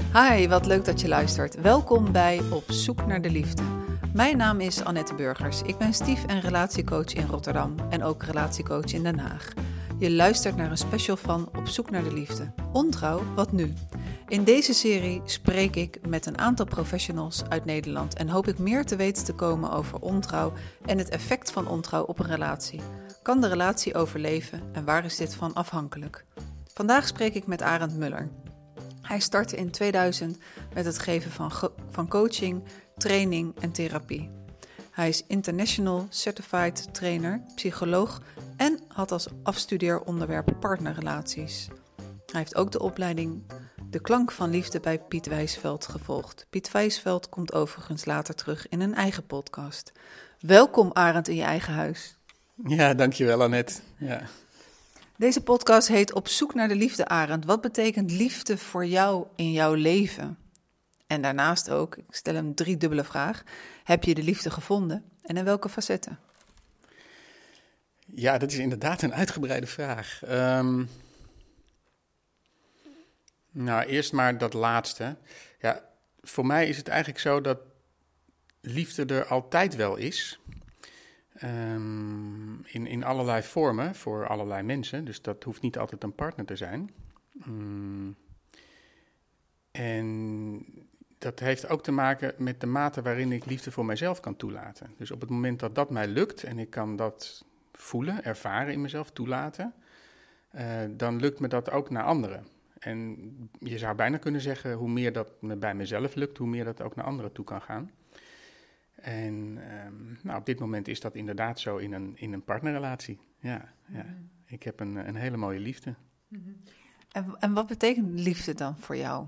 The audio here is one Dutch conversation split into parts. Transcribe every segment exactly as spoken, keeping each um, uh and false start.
Hi, wat leuk dat je luistert. Welkom bij Op Zoek naar de Liefde. Mijn naam is Annette Burgers. Ik ben stief- en relatiecoach in Rotterdam en ook relatiecoach in Den Haag. Je luistert naar een special van Op Zoek naar de Liefde. Ontrouw, wat nu? In deze serie spreek ik met een aantal professionals uit Nederland en hoop ik meer te weten te komen over ontrouw en het effect van ontrouw op een relatie. Kan de relatie overleven en waar is dit van afhankelijk? Vandaag spreek ik met Arend Muller. Hij startte in tweeduizend met het geven van, go- van coaching, training en therapie. Hij is International Certified Trainer, psycholoog en had als afstudeeronderwerp partnerrelaties. Hij heeft ook de opleiding De Klank van Liefde bij Piet Wijsveld gevolgd. Piet Wijsveld komt overigens later terug in een eigen podcast. Welkom Arend in je eigen huis. Ja, dankjewel Annette. Ja. Deze podcast heet Op Zoek naar de Liefde, Arend. Wat betekent liefde voor jou in jouw leven? En daarnaast ook, ik stel een driedubbele vraag. Heb je de liefde gevonden en in welke facetten? Ja, dat is inderdaad een uitgebreide vraag. Um, nou, eerst maar dat laatste. Ja, voor mij is het eigenlijk zo dat liefde er altijd wel is. Um, in, in allerlei vormen, voor allerlei mensen. Dus dat hoeft niet altijd een partner te zijn. Um, en dat heeft ook te maken met de mate waarin ik liefde voor mijzelf kan toelaten. Dus op het moment dat dat mij lukt en ik kan dat voelen, ervaren in mezelf, toelaten, uh, dan lukt me dat ook naar anderen. En je zou bijna kunnen zeggen, hoe meer dat me bij mezelf lukt, hoe meer dat ook naar anderen toe kan gaan. En um, nou, op dit moment is dat inderdaad zo in een, in een partnerrelatie. Ja, ja. Mm-hmm. Ik heb een, een hele mooie liefde. Mm-hmm. En, en wat betekent liefde dan voor jou?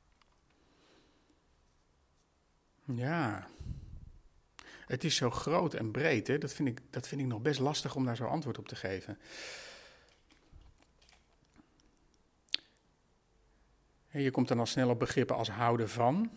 Ja, het is zo groot en breed. Hè? Dat vind ik, dat vind ik nog best lastig om daar zo antwoord op te geven. Je komt dan al snel op begrippen als houden van.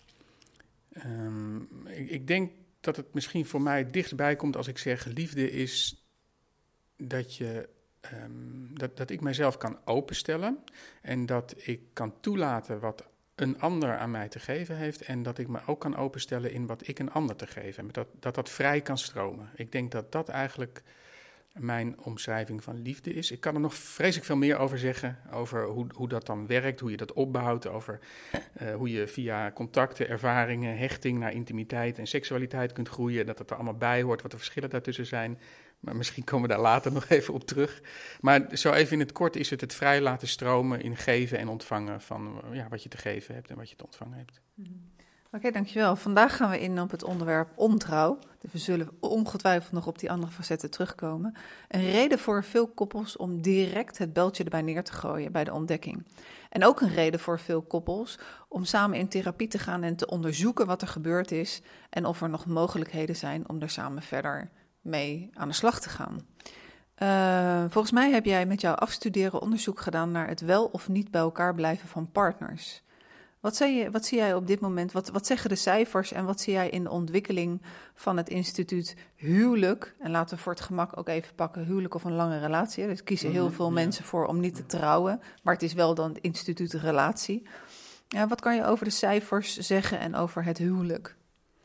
Um, ik, ik denk dat het misschien voor mij dichtbij komt als ik zeg, liefde is dat, je, um, dat, dat ik mijzelf kan openstellen en dat ik kan toelaten wat een ander aan mij te geven heeft en dat ik me ook kan openstellen in wat ik een ander te geven heb. Dat, dat dat vrij kan stromen. Ik denk dat dat eigenlijk mijn omschrijving van liefde is. Ik kan er nog vreselijk veel meer over zeggen, over hoe, hoe dat dan werkt, hoe je dat opbouwt, over uh, hoe je via contacten, ervaringen, hechting naar intimiteit en seksualiteit kunt groeien, dat het er allemaal bij hoort, wat de verschillen daartussen zijn. Maar misschien komen we daar later nog even op terug. Maar zo even in het kort is het het vrij laten stromen in geven en ontvangen van ja, wat je te geven hebt en wat je te ontvangen hebt. Mm-hmm. Oké, okay, dankjewel. Vandaag gaan we in op het onderwerp ontrouw. Dus we zullen ongetwijfeld nog op die andere facetten terugkomen. Een reden voor veel koppels om direct het beltje erbij neer te gooien bij de ontdekking. En ook een reden voor veel koppels om samen in therapie te gaan en te onderzoeken wat er gebeurd is en of er nog mogelijkheden zijn om er samen verder mee aan de slag te gaan. Uh, volgens mij heb jij met jouw afstuderen onderzoek gedaan naar het wel of niet bij elkaar blijven van partners. Wat, zei je, wat zie jij op dit moment, wat, wat zeggen de cijfers en wat zie jij in de ontwikkeling van het instituut huwelijk? En laten we voor het gemak ook even pakken huwelijk of een lange relatie. Er dus kiezen heel veel ja. mensen voor om niet te trouwen, maar het is wel dan het instituut relatie. Ja, wat kan je over de cijfers zeggen en over het huwelijk?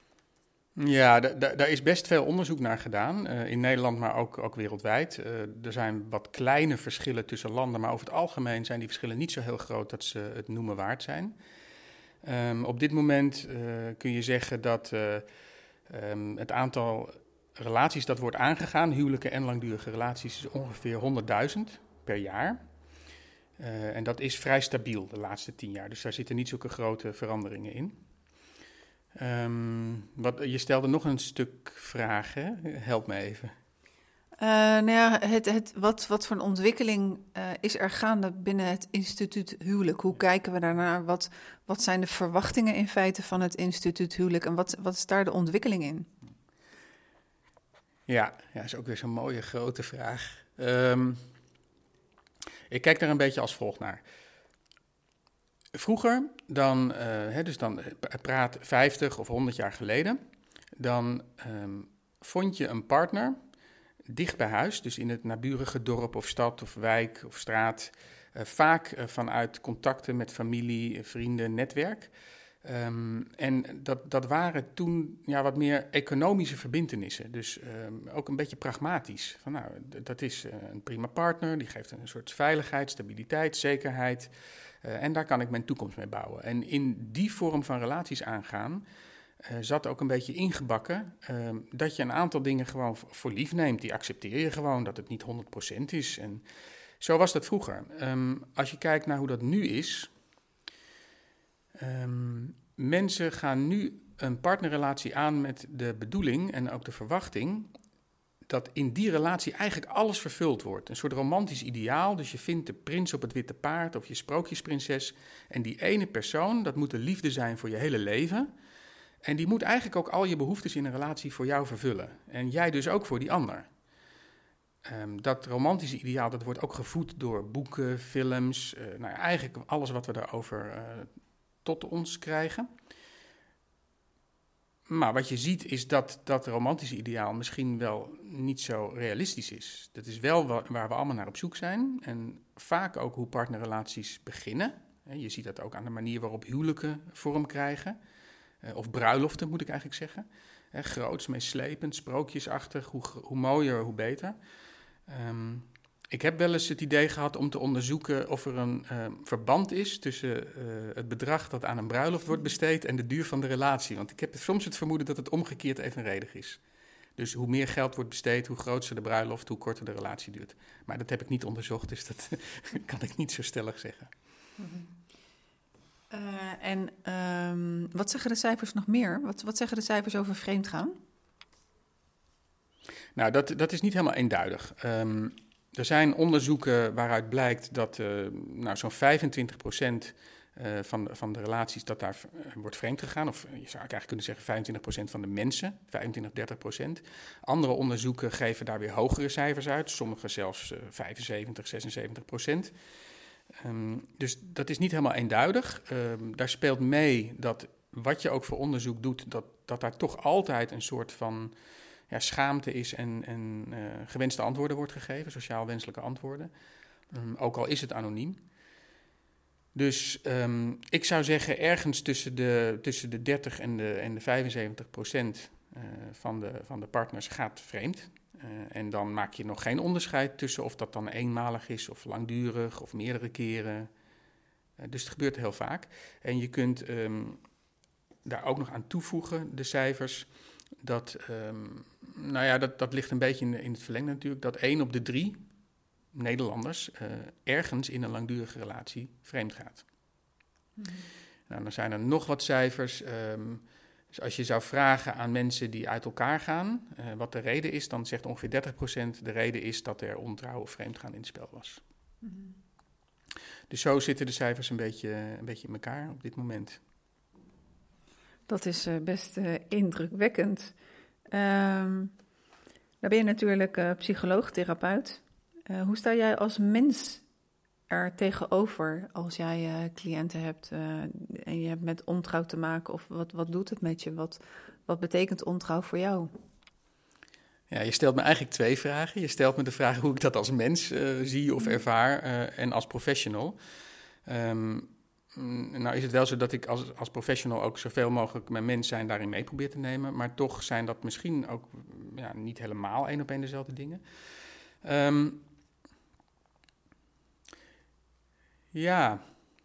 Ja, d- d- daar is best veel onderzoek naar gedaan, uh, in Nederland, maar ook, ook wereldwijd. Uh, er zijn wat kleine verschillen tussen landen, maar over het algemeen zijn die verschillen niet zo heel groot dat ze het noemen waard zijn. Um, op dit moment uh, kun je zeggen dat uh, um, het aantal relaties dat wordt aangegaan, huwelijke en langdurige relaties, is ongeveer honderdduizend per jaar. Uh, en dat is vrij stabiel de laatste tien jaar, dus daar zitten niet zulke grote veranderingen in. Um, wat, je stelde nog een stuk vragen, help me even. Uh, nou ja, het, het, wat, wat voor een ontwikkeling uh, is er gaande binnen het instituut huwelijk? Hoe kijken we daarnaar? Wat, wat zijn de verwachtingen in feite van het instituut huwelijk? En wat, wat is daar de ontwikkeling in? Ja, ja, dat is ook weer zo'n mooie grote vraag. Um, ik kijk daar een beetje als volgt naar. Vroeger, dan, uh, hè, dus dan praat vijftig of honderd jaar geleden, dan um, vond je een partner dicht bij huis, dus in het naburige dorp of stad of wijk of straat, Uh, vaak uh, vanuit contacten met familie, vrienden, netwerk. Um, en dat, dat waren toen ja, wat meer economische verbintenissen. Dus um, ook een beetje pragmatisch. Van, nou, d- dat is uh, een prima partner, die geeft een soort veiligheid, stabiliteit, zekerheid. Uh, en daar kan ik mijn toekomst mee bouwen. En in die vorm van relaties aangaan uh, zat ook een beetje ingebakken um, dat je een aantal dingen gewoon voor lief neemt. Die accepteer je gewoon, dat het niet honderd procent is. En zo was dat vroeger. Um, als je kijkt naar hoe dat nu is. Um, mensen gaan nu een partnerrelatie aan met de bedoeling en ook de verwachting dat in die relatie eigenlijk alles vervuld wordt. Een soort romantisch ideaal, dus je vindt de prins op het witte paard of je sprookjesprinses. En die ene persoon, dat moet de liefde zijn voor je hele leven. En die moet eigenlijk ook al je behoeftes in een relatie voor jou vervullen. En jij dus ook voor die ander. Um, dat romantische ideaal, dat wordt ook gevoed door boeken, films, uh, nou ja, eigenlijk alles wat we daarover uh, tot ons krijgen. Maar wat je ziet is dat dat romantische ideaal misschien wel niet zo realistisch is. Dat is wel wa- waar we allemaal naar op zoek zijn. En vaak ook hoe partnerrelaties beginnen. Je ziet dat ook aan de manier waarop huwelijken vorm krijgen. Uh, of bruiloften, moet ik eigenlijk zeggen. He, groots, meeslepend, sprookjesachtig, hoe, hoe mooier, hoe beter. Um, ik heb wel eens het idee gehad om te onderzoeken of er een uh, verband is tussen uh, het bedrag dat aan een bruiloft wordt besteed en de duur van de relatie. Want ik heb soms het vermoeden dat het omgekeerd evenredig is. Dus hoe meer geld wordt besteed, hoe groter de bruiloft, hoe korter de relatie duurt. Maar dat heb ik niet onderzocht, dus dat kan ik niet zo stellig zeggen. Mm-hmm. Uh, en um, wat zeggen de cijfers nog meer? Wat, wat zeggen de cijfers over vreemdgaan? Nou, dat, dat is niet helemaal eenduidig. Um, er zijn onderzoeken waaruit blijkt dat uh, nou, zo'n vijfentwintig procent uh, van, de, van de relaties dat daar uh, wordt vreemd gegaan. Of je zou eigenlijk kunnen zeggen vijfentwintig procent van de mensen, vijfentwintig, dertig procent. Andere onderzoeken geven daar weer hogere cijfers uit. Sommige zelfs uh, vijfenzeventig, zesenzeventig procent. Um, dus dat is niet helemaal eenduidig. Um, daar speelt mee dat wat je ook voor onderzoek doet, dat, dat daar toch altijd een soort van ja, schaamte is en, en uh, gewenste antwoorden wordt gegeven, sociaal wenselijke antwoorden. Um, ook al is het anoniem. Dus um, ik zou zeggen ergens tussen de, tussen de dertig en de, en de vijfenzeventig procent uh, van, de, van de partners gaat vreemd. Uh, en dan maak je nog geen onderscheid tussen of dat dan eenmalig is of langdurig of meerdere keren. Uh, dus het gebeurt heel vaak. En je kunt um, daar ook nog aan toevoegen, de cijfers, dat, um, nou ja, dat, dat ligt een beetje in, in het verlengde natuurlijk, dat één op de drie Nederlanders uh, ergens in een langdurige relatie vreemd gaat. Mm-hmm. Nou, dan zijn er nog wat cijfers. Um, Dus als je zou vragen aan mensen die uit elkaar gaan, uh, wat de reden is, dan zegt ongeveer dertig procent de reden is dat er ontrouw of vreemdgaan in het spel was. Mm-hmm. Dus zo zitten de cijfers een beetje, een beetje in elkaar op dit moment. Dat is uh, best uh, indrukwekkend. Um, dan ben je natuurlijk uh, psycholoog, therapeut. Uh, hoe sta jij als mens er tegenover als jij uh, cliënten hebt uh, en je hebt met ontrouw te maken? Of wat, wat doet het met je? Wat, wat betekent ontrouw voor jou? Ja, je stelt me eigenlijk twee vragen. Je stelt me de vraag hoe ik dat als mens uh, zie of ervaar uh, en als professional. Um, nou is het wel zo dat ik als, als professional ook zoveel mogelijk mijn mens zijn daarin mee probeer te nemen. Maar toch zijn dat misschien ook ja, niet helemaal één op één dezelfde dingen. Um, Ja.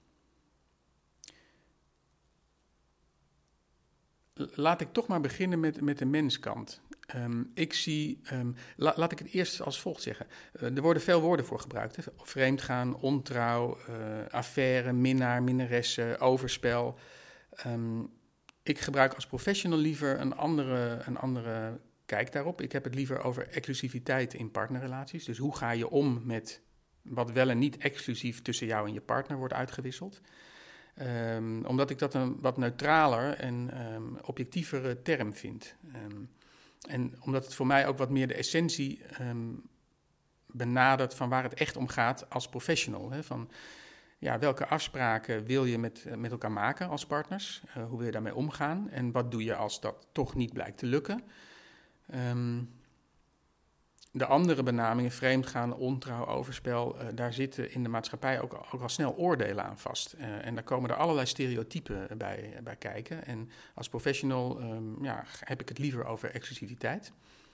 Laat ik toch maar beginnen met, met de menskant. Um, ik zie, um, la, laat ik het eerst als volgt zeggen. Uh, er worden veel woorden voor gebruikt. Hè? Vreemdgaan, ontrouw, uh, affaire, minnaar, minnaressen, overspel. Um, ik gebruik als professional liever een andere, een andere kijk daarop. Ik heb het liever over exclusiviteit in partnerrelaties. Dus hoe ga je om met wat wel en niet exclusief tussen jou en je partner wordt uitgewisseld. Um, omdat ik dat een wat neutraler en um, objectievere term vind. Um, en omdat het voor mij ook wat meer de essentie um, benadert van waar het echt om gaat als professional. Hè? Van, ja, welke afspraken wil je met, uh, met elkaar maken als partners? Uh, hoe wil je daarmee omgaan? En wat doe je als dat toch niet blijkt te lukken? Um, de andere benamingen, vreemdgaan, ontrouw, overspel, uh, daar zitten in de maatschappij ook, ook al snel oordelen aan vast. Uh, en daar komen er allerlei stereotypen bij, bij kijken. En als professional um, ja, heb ik het liever over exclusiviteit.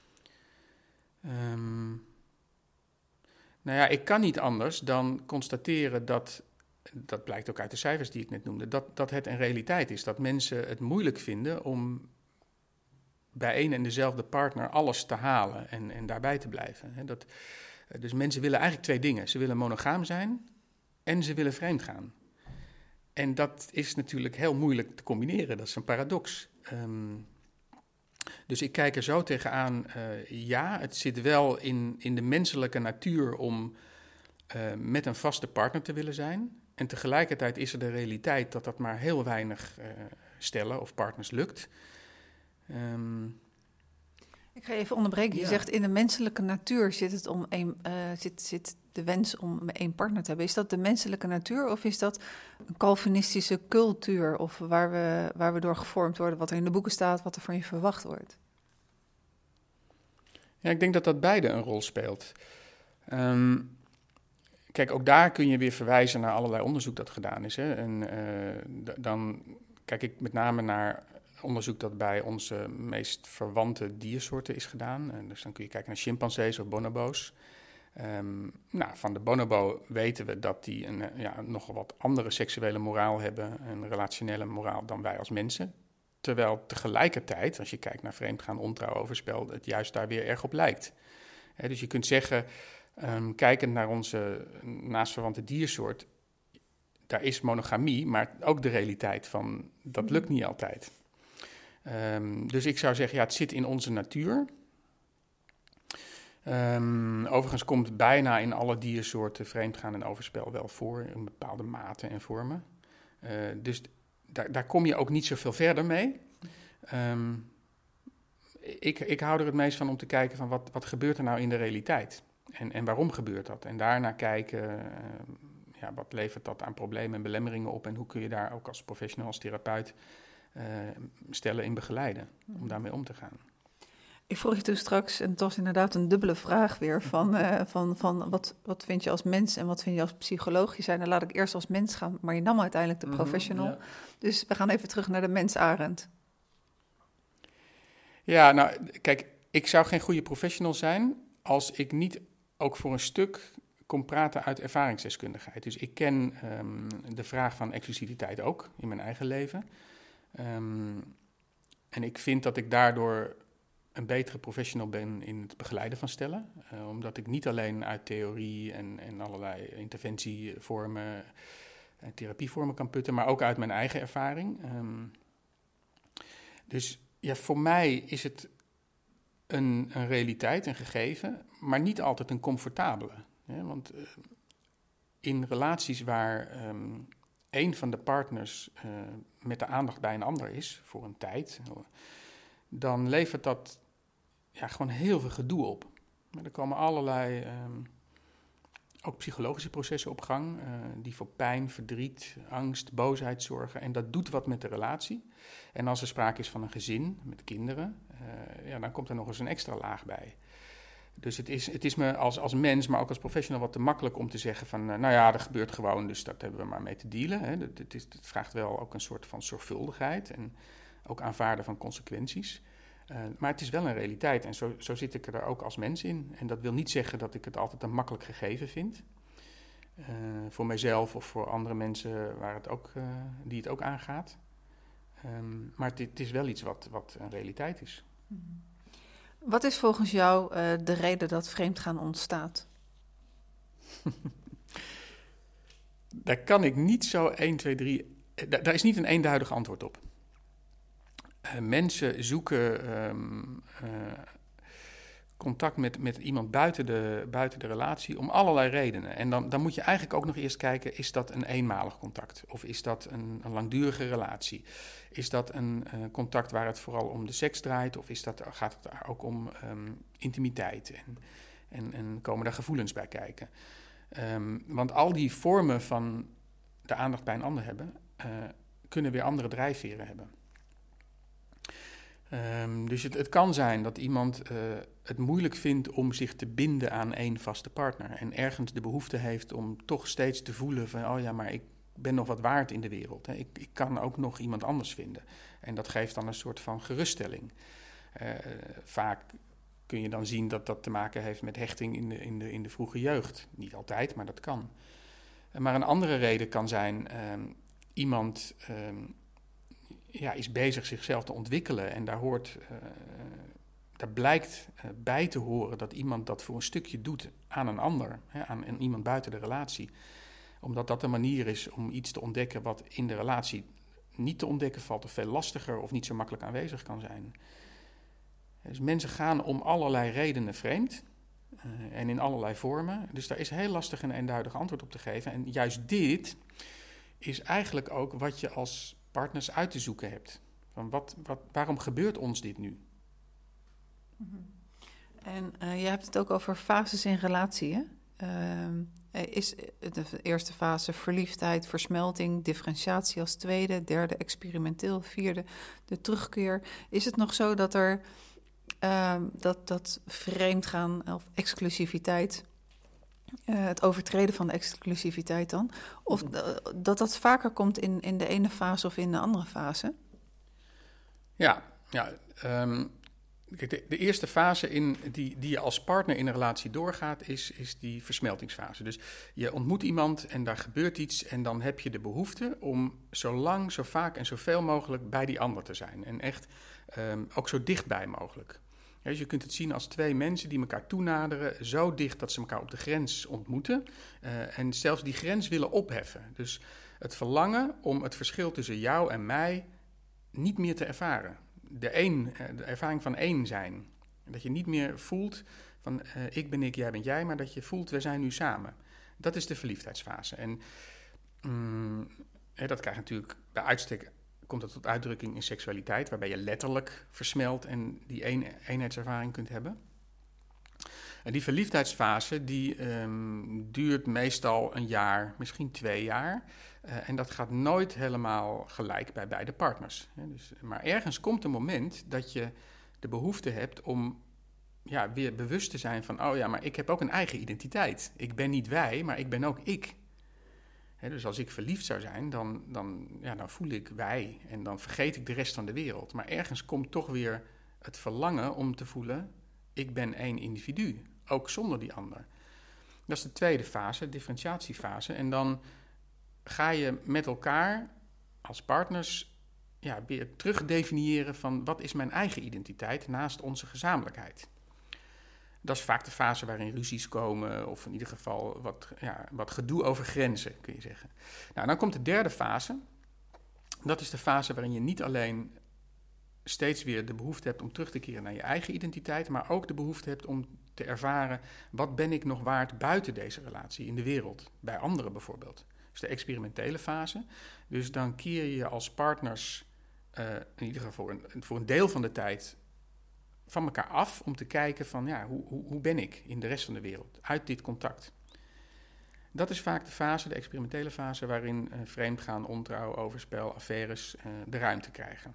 Um, nou ja, ik kan niet anders dan constateren dat, dat blijkt ook uit de cijfers die ik net noemde, dat, dat het een realiteit is. Dat mensen het moeilijk vinden om bij een en dezelfde partner alles te halen en, en daarbij te blijven. He, dat, dus mensen willen eigenlijk twee dingen. Ze willen monogaam zijn en ze willen vreemd gaan. En dat is natuurlijk heel moeilijk te combineren. Dat is een paradox. Um, dus ik kijk er zo tegenaan. Uh, ja, het zit wel in, in de menselijke natuur om uh, met een vaste partner te willen zijn. En tegelijkertijd is er de realiteit dat dat maar heel weinig uh, stellen of partners lukt. Um, ik ga je even onderbreken. Je ja. zegt in de menselijke natuur zit, het om een, uh, zit, zit de wens om één partner te hebben. Is dat de menselijke natuur of is dat een Calvinistische cultuur? Of waar we, waar we door gevormd worden, wat er in de boeken staat, wat er van je verwacht wordt? Ja, ik denk dat dat beide een rol speelt. Um, kijk, ook daar kun je weer verwijzen naar allerlei onderzoek dat gedaan is. Hè. En uh, d- dan kijk ik met name naar onderzoek dat bij onze meest verwante diersoorten is gedaan. En dus dan kun je kijken naar chimpansees of bonobo's. Um, nou, van de bonobo weten we dat die een ja, nogal wat andere seksuele moraal hebben, een relationele moraal dan wij als mensen. Terwijl tegelijkertijd, als je kijkt naar vreemdgaan, ontrouw, overspel, het juist daar weer erg op lijkt. He, dus je kunt zeggen, um, kijkend naar onze naastverwante diersoort, daar is monogamie, maar ook de realiteit van, dat lukt niet altijd. Um, dus ik zou zeggen, ja, het zit in onze natuur. Um, overigens komt bijna in alle diersoorten vreemdgaan en overspel wel voor, in bepaalde maten en vormen. Uh, dus daar, daar kom je ook niet zoveel verder mee. Um, ik, ik hou er het meest van om te kijken van wat, wat gebeurt er nou in de realiteit? En, en waarom gebeurt dat? En daarna kijken, uh, ja, wat levert dat aan problemen en belemmeringen op? En hoe kun je daar ook als professional, als therapeut, uh, stellen in begeleiden om daarmee om te gaan? Ik vroeg je toen straks, en het was inderdaad een dubbele vraag weer, van, uh, van, van wat, wat vind je als mens en wat vind je als psycholoog? Je zei, nou laat ik eerst als mens gaan, maar je nam uiteindelijk de professional. Mm-hmm, ja. Dus we gaan even terug naar de mens Arend. Ja, nou kijk, ik zou geen goede professional zijn als ik niet ook voor een stuk kon praten uit ervaringsdeskundigheid. Dus ik ken um, de vraag van exclusiviteit ook in mijn eigen leven. Um, en ik vind dat ik daardoor een betere professional ben in het begeleiden van stellen. Uh, omdat ik niet alleen uit theorie en, en allerlei interventievormen en therapievormen kan putten, maar ook uit mijn eigen ervaring. Um, dus ja, voor mij is het een, een realiteit, een gegeven, maar niet altijd een comfortabele. Hè? Want uh, in relaties waar um, een van de partners uh, met de aandacht bij een ander is, voor een tijd, dan levert dat ja, gewoon heel veel gedoe op. Er komen allerlei, um, ook psychologische processen op gang, uh, die voor pijn, verdriet, angst, boosheid zorgen. En dat doet wat met de relatie. En als er sprake is van een gezin met kinderen, uh, ja, dan komt er nog eens een extra laag bij. Dus het is, het is me als, als mens, maar ook als professional wat te makkelijk om te zeggen van, uh, nou ja, dat gebeurt gewoon, dus dat hebben we maar mee te dealen. Hè. Het, het, is, het vraagt wel ook een soort van zorgvuldigheid en ook aanvaarden van consequenties. Uh, maar het is wel een realiteit en zo, zo zit ik er ook als mens in. En dat wil niet zeggen dat ik het altijd een makkelijk gegeven vind. Uh, voor mijzelf of voor andere mensen waar het ook, uh, die het ook aangaat. Um, maar het, het is wel iets wat, wat een realiteit is. Wat is volgens jou uh, de reden dat vreemdgaan ontstaat? Daar kan ik niet zo één, twee, drie... Daar, daar is niet een eenduidig antwoord op. Uh, mensen zoeken um, uh, contact met, met iemand buiten de, buiten de relatie om allerlei redenen. En dan, dan moet je eigenlijk ook nog eerst kijken, is dat een eenmalig contact? Of is dat een, een langdurige relatie? Is dat een uh, contact waar het vooral om de seks draait? Of is dat, gaat het daar ook om um, intimiteit? En, en, en komen daar gevoelens bij kijken? Um, want al die vormen van de aandacht bij een ander hebben, uh, kunnen weer andere drijfveren hebben. Um, dus het, het kan zijn dat iemand uh, het moeilijk vindt om zich te binden aan één vaste partner. En ergens de behoefte heeft om toch steeds te voelen van, oh ja, maar ik ben nog wat waard in de wereld. Hè. Ik, ik kan ook nog iemand anders vinden. En dat geeft dan een soort van geruststelling. Uh, vaak kun je dan zien dat dat te maken heeft met hechting in de, in de, in de vroege jeugd. Niet altijd, maar dat kan. Uh, maar een andere reden kan zijn, um, iemand um, ja, is bezig zichzelf te ontwikkelen. En daar, hoort, uh, daar blijkt uh, bij te horen dat iemand dat voor een stukje doet aan een ander. Hè, aan, aan iemand buiten de relatie. Omdat dat een manier is om iets te ontdekken wat in de relatie niet te ontdekken valt, of veel lastiger of niet zo makkelijk aanwezig kan zijn. Dus mensen gaan om allerlei redenen vreemd uh, en in allerlei vormen. Dus daar is heel lastig een eenduidig antwoord op te geven. En juist dit is eigenlijk ook wat je als partners uit te zoeken hebt. Van wat, wat, waarom gebeurt ons dit nu? En uh, je hebt het ook over fases in relatie, hè? Uh, is de eerste fase verliefdheid, versmelting, differentiatie als tweede, derde experimenteel, vierde de terugkeer. Is het nog zo dat er uh, dat, dat vreemdgaan of exclusiviteit, uh, het overtreden van de exclusiviteit dan, of uh, dat dat vaker komt in, in de ene fase of in de andere fase? Ja, ja. Um... De, de eerste fase in die, die je als partner in een relatie doorgaat, is, is die versmeltingsfase. Dus je ontmoet iemand en daar gebeurt iets en dan heb je de behoefte om zo lang, zo vaak en zoveel mogelijk bij die ander te zijn. En echt um, ook zo dichtbij mogelijk. Ja, dus je kunt het zien als twee mensen die elkaar toenaderen, zo dicht dat ze elkaar op de grens ontmoeten uh, en zelfs die grens willen opheffen. Dus het verlangen om het verschil tussen jou en mij niet meer te ervaren. De, een, de ervaring van één zijn. Dat je niet meer voelt van uh, ik ben ik, jij bent jij, maar dat je voelt we zijn nu samen. Dat is de verliefdheidsfase. En um, hè, dat krijgt natuurlijk bij uitstek, komt dat tot uitdrukking in seksualiteit, waarbij je letterlijk versmelt en die een, eenheidservaring kunt hebben. En die verliefdheidsfase die um, duurt meestal een jaar, misschien twee jaar. Uh, en dat gaat nooit helemaal gelijk bij beide partners. Hè. Dus, maar ergens komt een moment dat je de behoefte hebt om ja, weer bewust te zijn van, oh ja, maar ik heb ook een eigen identiteit. Ik ben niet wij, maar ik ben ook ik. Hè, dus als ik verliefd zou zijn, dan, dan, ja, dan voel ik wij en dan vergeet ik de rest van de wereld. Maar ergens komt toch weer het verlangen om te voelen, ik ben één individu, ook zonder die ander. Dat is de tweede fase, de differentiatiefase. En dan ga je met elkaar als partners ja, weer terugdefiniëren van wat is mijn eigen identiteit naast onze gezamenlijkheid. Dat is vaak de fase waarin ruzies komen of in ieder geval wat, ja, wat gedoe over grenzen, kun je zeggen. Nou, dan komt de derde fase. Dat is de fase waarin je niet alleen steeds weer de behoefte hebt om terug te keren naar je eigen identiteit, maar ook de behoefte hebt om te ervaren, wat ben ik nog waard buiten deze relatie, in de wereld, bij anderen bijvoorbeeld. Dus de experimentele fase. Dus dan keer je als partners, uh, in ieder geval voor een, voor een deel van de tijd, van elkaar af om te kijken van, ja, hoe, hoe, hoe ben ik in de rest van de wereld, uit dit contact. Dat is vaak de fase, de experimentele fase, waarin uh, vreemdgaan, ontrouw, overspel, affaires uh, de ruimte krijgen.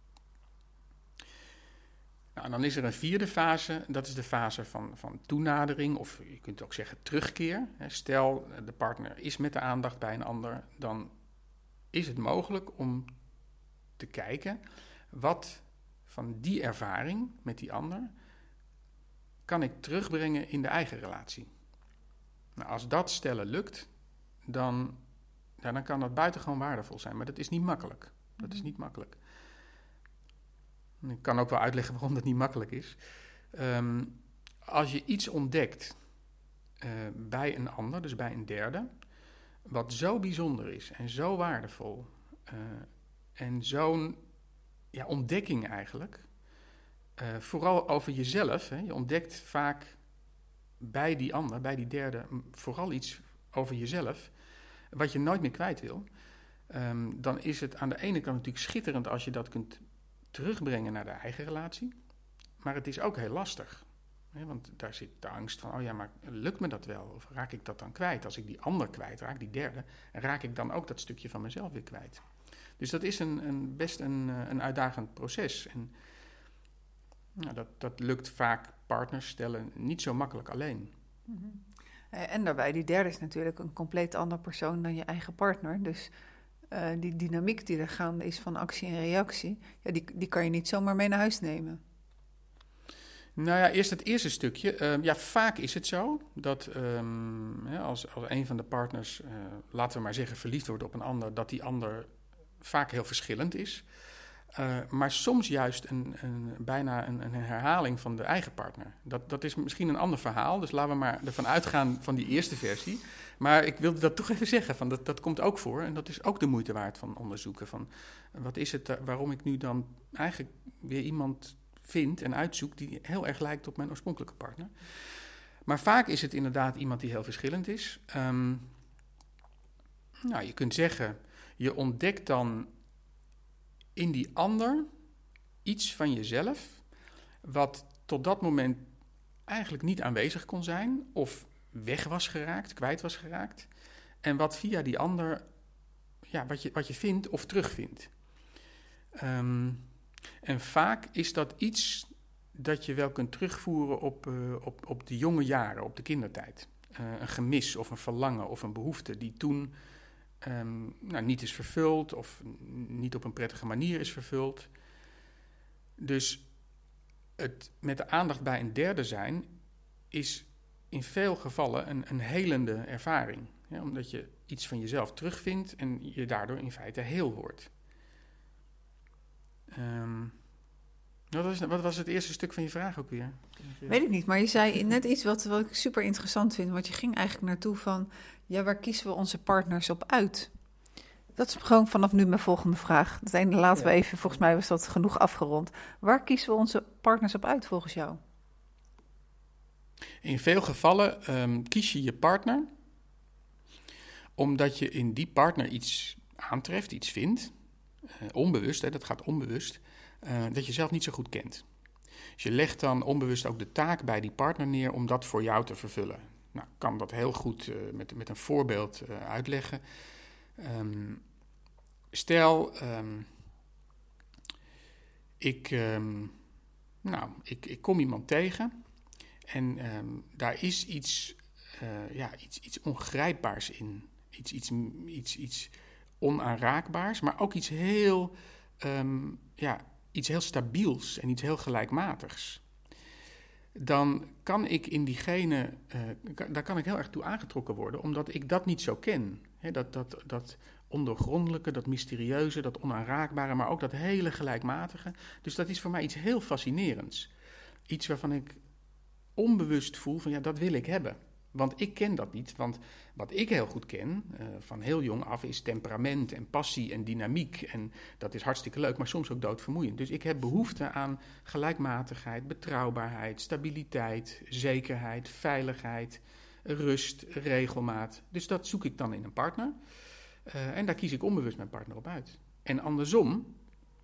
Nou, en dan is er een vierde fase, dat is de fase van, van toenadering, of je kunt ook zeggen terugkeer. Stel, de partner is met de aandacht bij een ander, dan is het mogelijk om te kijken wat van die ervaring met die ander kan ik terugbrengen in de eigen relatie. Nou, als dat stellen lukt, dan, ja, dan kan dat buitengewoon waardevol zijn, maar dat is niet makkelijk. Dat is niet makkelijk. Ik kan ook wel uitleggen waarom dat niet makkelijk is. Um, als je iets ontdekt uh, bij een ander, dus bij een derde, wat zo bijzonder is en zo waardevol uh, en zo'n ja, ontdekking eigenlijk, uh, vooral over jezelf, hè, je ontdekt vaak bij die ander, bij die derde, vooral iets over jezelf, wat je nooit meer kwijt wil, um, dan is het aan de ene kant natuurlijk schitterend als je dat kunt terugbrengen naar de eigen relatie. Maar het is ook heel lastig. Hè, want daar zit de angst van, oh ja, maar lukt me dat wel? Of raak ik dat dan kwijt? Als ik die ander kwijtraak, die derde, raak ik dan ook dat stukje van mezelf weer kwijt. Dus dat is een, een best een, een uitdagend proces. En Nou, dat, dat lukt vaak partners stellen niet zo makkelijk alleen. Mm-hmm. En daarbij, die derde is natuurlijk een compleet andere persoon dan je eigen partner. Dus uh, die dynamiek die er gaande is van actie en reactie, ja, die, die kan je niet zomaar mee naar huis nemen. Nou ja, eerst het eerste stukje. Uh, ja, vaak is het zo dat um, ja, als, als een van de partners, uh, laten we maar zeggen, verliefd wordt op een ander, dat die ander vaak heel verschillend is. Uh, maar soms juist een, een, bijna een, een herhaling van de eigen partner. Dat, dat is misschien een ander verhaal, dus laten we maar ervan uitgaan van die eerste versie. Maar ik wilde dat toch even zeggen, van dat, dat komt ook voor en dat is ook de moeite waard van onderzoeken. Van, wat is het, waarom ik nu dan eigenlijk weer iemand vind en uitzoek die heel erg lijkt op mijn oorspronkelijke partner. Maar vaak is het inderdaad iemand die heel verschillend is. Um, nou, je kunt zeggen, je ontdekt dan in die ander iets van jezelf wat tot dat moment eigenlijk niet aanwezig kon zijn of weg was geraakt, kwijt was geraakt. En wat via die ander, ja, wat je, wat je vindt of terugvindt. Um, en vaak is dat iets dat je wel kunt terugvoeren op, uh, op, op de jonge jaren, op de kindertijd. Uh, een gemis of een verlangen of een behoefte die toen um, nou, niet is vervuld of niet op een prettige manier is vervuld. Dus het met de aandacht bij een derde zijn is in veel gevallen een, een helende ervaring. Ja, omdat je iets van jezelf terugvindt en je daardoor in feite heel wordt. Um, wat, was, wat was het eerste stuk van je vraag ook weer? Weet ik niet, maar je zei net iets wat, wat ik super interessant vind. Want je ging eigenlijk naartoe van, ja, waar kiezen we onze partners op uit? Dat is gewoon vanaf nu mijn volgende vraag. Dat ene laten we even, volgens mij was dat genoeg afgerond. Waar kiezen we onze partners op uit volgens jou? In veel gevallen um, kies je je partner omdat je in die partner iets aantreft, iets vindt. Uh, onbewust, hè, dat gaat onbewust, uh, dat je zelf niet zo goed kent. Dus je legt dan onbewust ook de taak bij die partner neer om dat voor jou te vervullen. Nou, ik kan dat heel goed uh, met, met een voorbeeld uh, uitleggen. Um, stel, um, ik, um, nou, ik, ik kom iemand tegen en um, daar is iets, uh, ja, iets, iets ongrijpbaars in. Iets, iets, iets, iets onaanraakbaars, maar ook iets heel, um, ja, iets heel stabiels en iets heel gelijkmatigs. Dan kan ik in diegene, uh, daar kan ik heel erg toe aangetrokken worden, omdat ik dat niet zo ken. He, dat, dat, dat ondoorgrondelijke, dat mysterieuze, dat onaanraakbare, maar ook dat hele gelijkmatige. Dus dat is voor mij iets heel fascinerends. Iets waarvan ik onbewust voel van ja, dat wil ik hebben. Want ik ken dat niet, want wat ik heel goed ken, uh, van heel jong af, is temperament en passie en dynamiek. En dat is hartstikke leuk, maar soms ook doodvermoeiend. Dus ik heb behoefte aan gelijkmatigheid, betrouwbaarheid, stabiliteit, zekerheid, veiligheid, rust, regelmaat. Dus dat zoek ik dan in een partner. Uh, en daar kies ik onbewust mijn partner op uit. En andersom,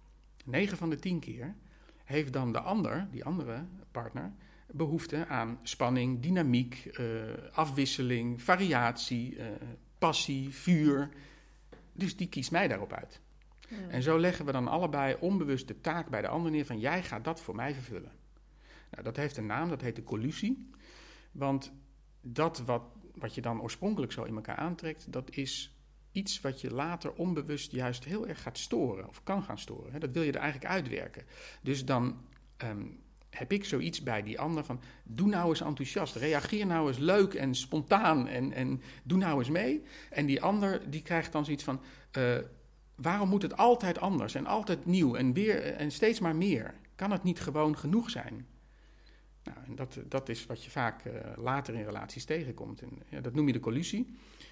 negen van de tien keer, heeft dan de ander, die andere partner, behoefte aan spanning, dynamiek, uh, afwisseling, variatie, uh, passie, vuur. Dus die kiest mij daarop uit. Ja. En zo leggen we dan allebei onbewust de taak bij de ander neer van jij gaat dat voor mij vervullen. Nou, dat heeft een naam, dat heet de collusie. Want dat wat, wat je dan oorspronkelijk zo in elkaar aantrekt, dat is iets wat je later onbewust juist heel erg gaat storen of kan gaan storen. Dat wil je er eigenlijk uitwerken. Dus dan Um, heb ik zoiets bij die ander van, doe nou eens enthousiast, reageer nou eens leuk en spontaan en, en doe nou eens mee. En die ander die krijgt dan zoiets van, uh, waarom moet het altijd anders en altijd nieuw en weer en steeds maar meer? Kan het niet gewoon genoeg zijn? Nou, en dat, dat is wat je vaak uh, later in relaties tegenkomt. En, ja, dat noem je de collusie.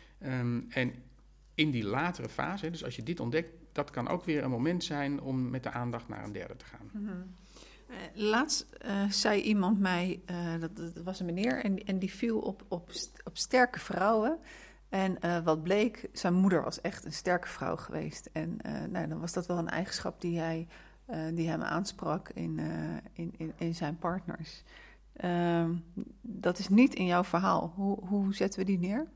Um, en in die latere fase, dus als je dit ontdekt, dat kan ook weer een moment zijn om met de aandacht naar een derde te gaan. Mm-hmm. Uh, laatst uh, zei iemand mij, uh, dat, dat was een meneer, en, en die viel op, op, op sterke vrouwen. En uh, wat bleek, zijn moeder was echt een sterke vrouw geweest. En uh, nou, dan was dat wel een eigenschap die, hij, uh, die hem aansprak in, uh, in, in, in zijn partners. Uh, dat is niet in jouw verhaal. Hoe, hoe zetten we die neer?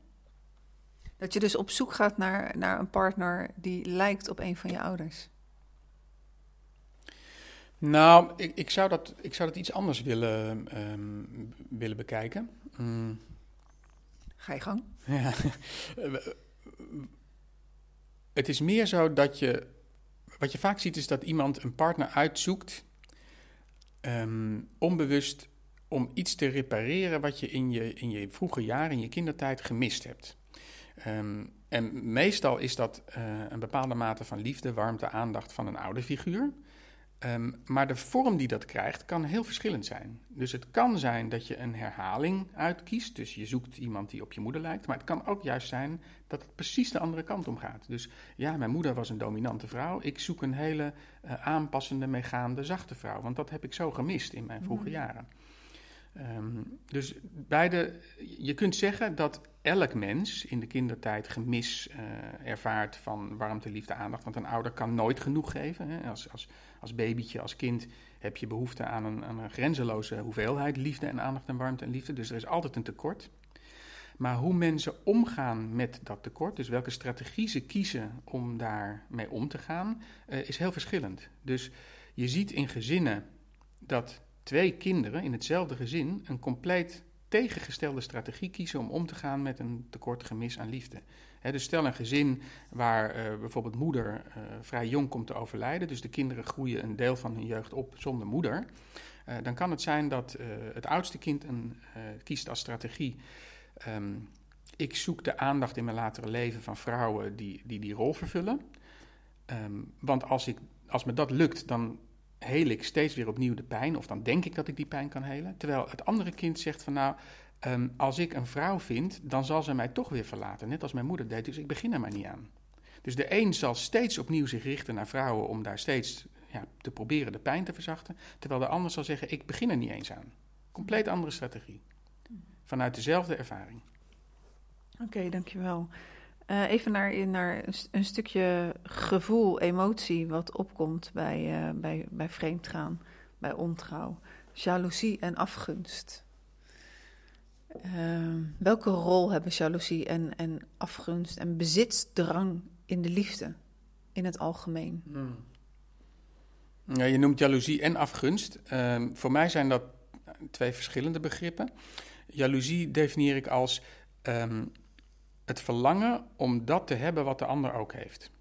Dat je dus op zoek gaat naar, naar een partner die lijkt op een van je ouders. Nou, ik, ik, zou dat, ik zou dat iets anders willen, um, willen bekijken. Mm. Ga je gang. Ja. Het is meer zo dat je... Wat je vaak ziet is dat iemand een partner uitzoekt... Um, onbewust om iets te repareren wat je in je, in je vroege jaren, in je kindertijd gemist hebt. Um, en meestal is dat uh, een bepaalde mate van liefde, warmte, aandacht van een ouderfiguur. Um, maar de vorm die dat krijgt kan heel verschillend zijn. Dus het kan zijn dat je een herhaling uitkiest. Dus je zoekt iemand die op je moeder lijkt. Maar het kan ook juist zijn dat het precies de andere kant om gaat. Dus ja, mijn moeder was een dominante vrouw. Ik zoek een hele uh, aanpassende, meegaande, zachte vrouw. Want dat heb ik zo gemist in mijn vroege jaren. Um, dus beide, je kunt zeggen dat elk mens in de kindertijd gemis uh, ervaart van warmte, liefde, aandacht. Want een ouder kan nooit genoeg geven. Hè. Als, als, als babytje, als kind heb je behoefte aan een, aan een grenzeloze hoeveelheid liefde en aandacht en warmte en liefde. Dus er is altijd een tekort. Maar hoe mensen omgaan met dat tekort, dus welke strategie ze kiezen om daarmee om te gaan, uh, is heel verschillend. Dus je ziet in gezinnen dat twee kinderen in hetzelfde gezin een compleet tegengestelde strategie kiezen om om te gaan met een tekort, gemis aan liefde. He, dus stel een gezin waar uh, bijvoorbeeld moeder uh, vrij jong komt te overlijden, dus de kinderen groeien een deel van hun jeugd op zonder moeder, uh, dan kan het zijn dat uh, het oudste kind een, uh, kiest als strategie: Um, ik zoek de aandacht in mijn latere leven van vrouwen die die, die rol vervullen. Um, want als, ik, als me dat lukt, dan heel ik steeds weer opnieuw de pijn, of dan denk ik dat ik die pijn kan helen. Terwijl het andere kind zegt van nou, um, als ik een vrouw vind, dan zal ze mij toch weer verlaten. Net als mijn moeder deed, dus ik begin er maar niet aan. Dus de een zal steeds opnieuw zich richten naar vrouwen om daar steeds ja, te proberen de pijn te verzachten. Terwijl de ander zal zeggen, ik begin er niet eens aan. Compleet andere strategie. Vanuit dezelfde ervaring. Oké, okay, dankjewel. Uh, even naar, naar een stukje gevoel, emotie wat opkomt bij, uh, bij, bij vreemdgaan, bij ontrouw. Jaloezie en afgunst. Uh, welke rol hebben jaloezie en, en afgunst en bezitsdrang in de liefde in het algemeen? Hmm. Ja, je noemt jaloezie en afgunst. Uh, voor mij zijn dat twee verschillende begrippen. Jaloezie definieer ik als um, het verlangen om dat te hebben wat de ander ook heeft.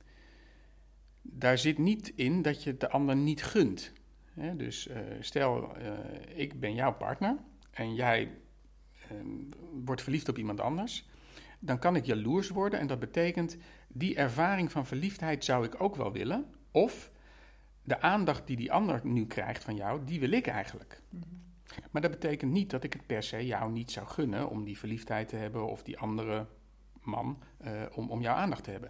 Daar zit niet in dat je de ander niet gunt. He, dus uh, stel, uh, ik ben jouw partner en jij uh, wordt verliefd op iemand anders. Dan kan ik jaloers worden en dat betekent, die ervaring van verliefdheid zou ik ook wel willen. Of de aandacht die die ander nu krijgt van jou, die wil ik eigenlijk. Mm-hmm. Maar dat betekent niet dat ik het per se jou niet zou gunnen om die verliefdheid te hebben of die andere man uh, om, om jouw aandacht te hebben.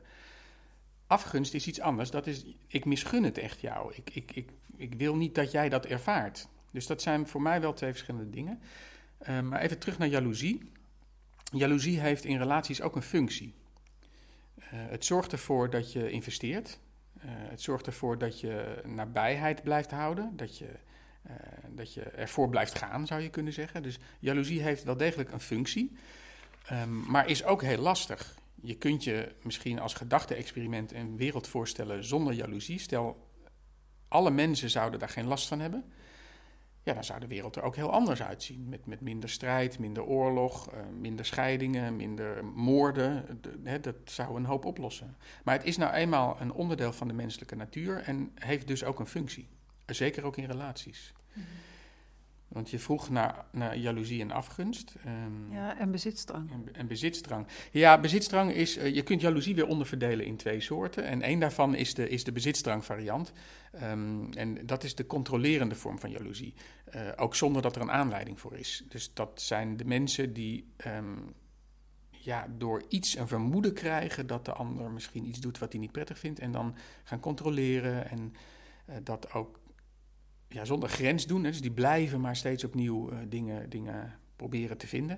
Afgunst is iets anders. Dat is, ik misgun het echt jou. Ik, ik, ik, ik wil niet dat jij dat ervaart. Dus dat zijn voor mij wel twee verschillende dingen. Uh, maar even terug naar jaloezie. Jaloezie heeft in relaties ook een functie. Uh, het zorgt ervoor dat je investeert. Uh, het zorgt ervoor dat je nabijheid blijft houden. Dat je Uh, dat je ervoor blijft gaan, zou je kunnen zeggen. Dus jaloezie heeft wel degelijk een functie, um, maar is ook heel lastig. Je kunt je misschien als gedachte-experiment een wereld voorstellen zonder jaloezie. Stel, alle mensen zouden daar geen last van hebben. Ja, dan zou de wereld er ook heel anders uitzien. Met, met minder strijd, minder oorlog, uh, minder scheidingen, minder moorden. De, hè, dat zou een hoop oplossen. Maar het is nou eenmaal een onderdeel van de menselijke natuur en heeft dus ook een functie. Zeker ook in relaties. Mm-hmm. Want je vroeg naar, naar jaloezie en afgunst. Um, ja, en bezitsdrang. En, en bezitsdrang. Ja, bezitsdrang is... Uh, je kunt jaloezie weer onderverdelen in twee soorten. En één daarvan is de, is de bezitsdrang variant. Um, en dat is de controlerende vorm van jaloezie. Uh, ook zonder dat er een aanleiding voor is. Dus dat zijn de mensen die... Um, ja, door iets een vermoeden krijgen dat de ander misschien iets doet wat hij niet prettig vindt. En dan gaan controleren en uh, dat ook... Ja, zonder grens doen. Hè. Dus die blijven maar steeds opnieuw uh, dingen, dingen proberen te vinden.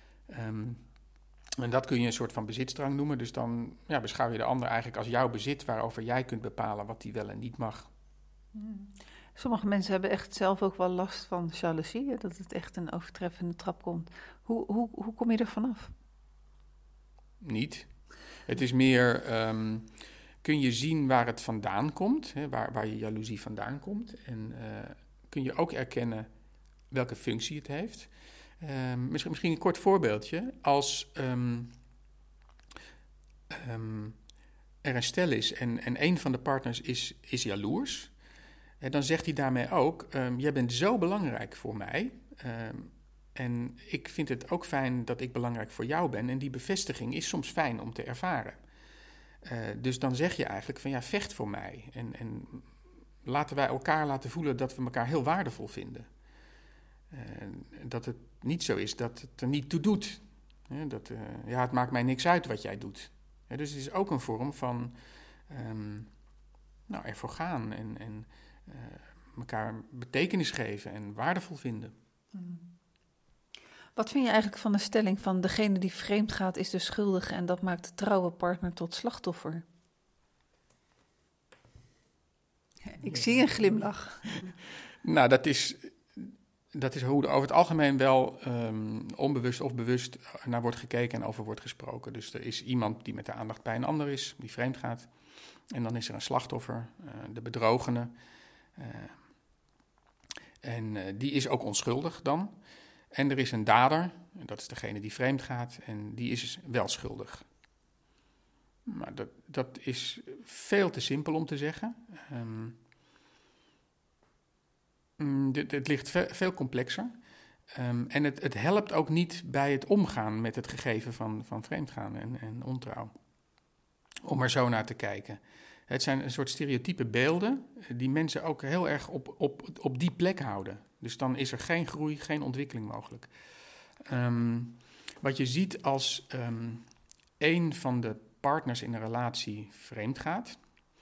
Um, en dat kun je een soort van bezitsdrang noemen. Dus dan ja, beschouw je de ander eigenlijk als jouw bezit, waarover jij kunt bepalen wat die wel en niet mag. Hmm. Sommige mensen hebben echt zelf ook wel last van jaloezie, hè, dat het echt een overtreffende trap komt. Hoe, hoe, hoe kom je er vanaf? Niet. Het is meer... Um, kun je zien waar het vandaan komt, hè, waar, waar je jaloezie vandaan komt. En uh, kun je ook erkennen welke functie het heeft. Um, misschien, misschien een kort voorbeeldje. Als um, um, er een stel is en, en een van de partners is, is jaloers, en dan zegt hij daarmee ook, um, jij bent zo belangrijk voor mij. Um, en ik vind het ook fijn dat ik belangrijk voor jou ben. En die bevestiging is soms fijn om te ervaren. Uh, dus dan zeg je eigenlijk van ja, vecht voor mij. En, en laten wij elkaar laten voelen dat we elkaar heel waardevol vinden. Uh, dat het niet zo is dat het er niet toe doet. Uh, dat, uh, ja, het maakt mij niks uit wat jij doet. Uh, dus het is ook een vorm van um, nou, ervoor gaan en, en uh, elkaar betekenis geven en waardevol vinden. Hmm. Wat vind je eigenlijk van de stelling van degene die vreemd gaat is de schuldige en dat maakt de trouwe partner tot slachtoffer? Ik zie een glimlach. Nou, dat is, dat is hoe er over het algemeen wel um, onbewust of bewust naar wordt gekeken en over wordt gesproken. Dus er is iemand die met de aandacht bij een ander is, die vreemd gaat. En dan is er een slachtoffer, uh, de bedrogene. Uh, en uh, die is ook onschuldig dan. En er is een dader, dat is degene die vreemd gaat, en die is wel schuldig. Maar dat, dat is veel te simpel om te zeggen. Um, dit, het ligt ve- veel complexer. Um, en het, het helpt ook niet bij het omgaan met het gegeven van, van vreemdgaan en, en ontrouw. Om er zo naar te kijken. Het zijn een soort stereotype beelden die mensen ook heel erg op, op, op die plek houden. Dus dan is er geen groei, geen ontwikkeling mogelijk. Um, wat je ziet als um, een van de partners in een relatie vreemd gaat,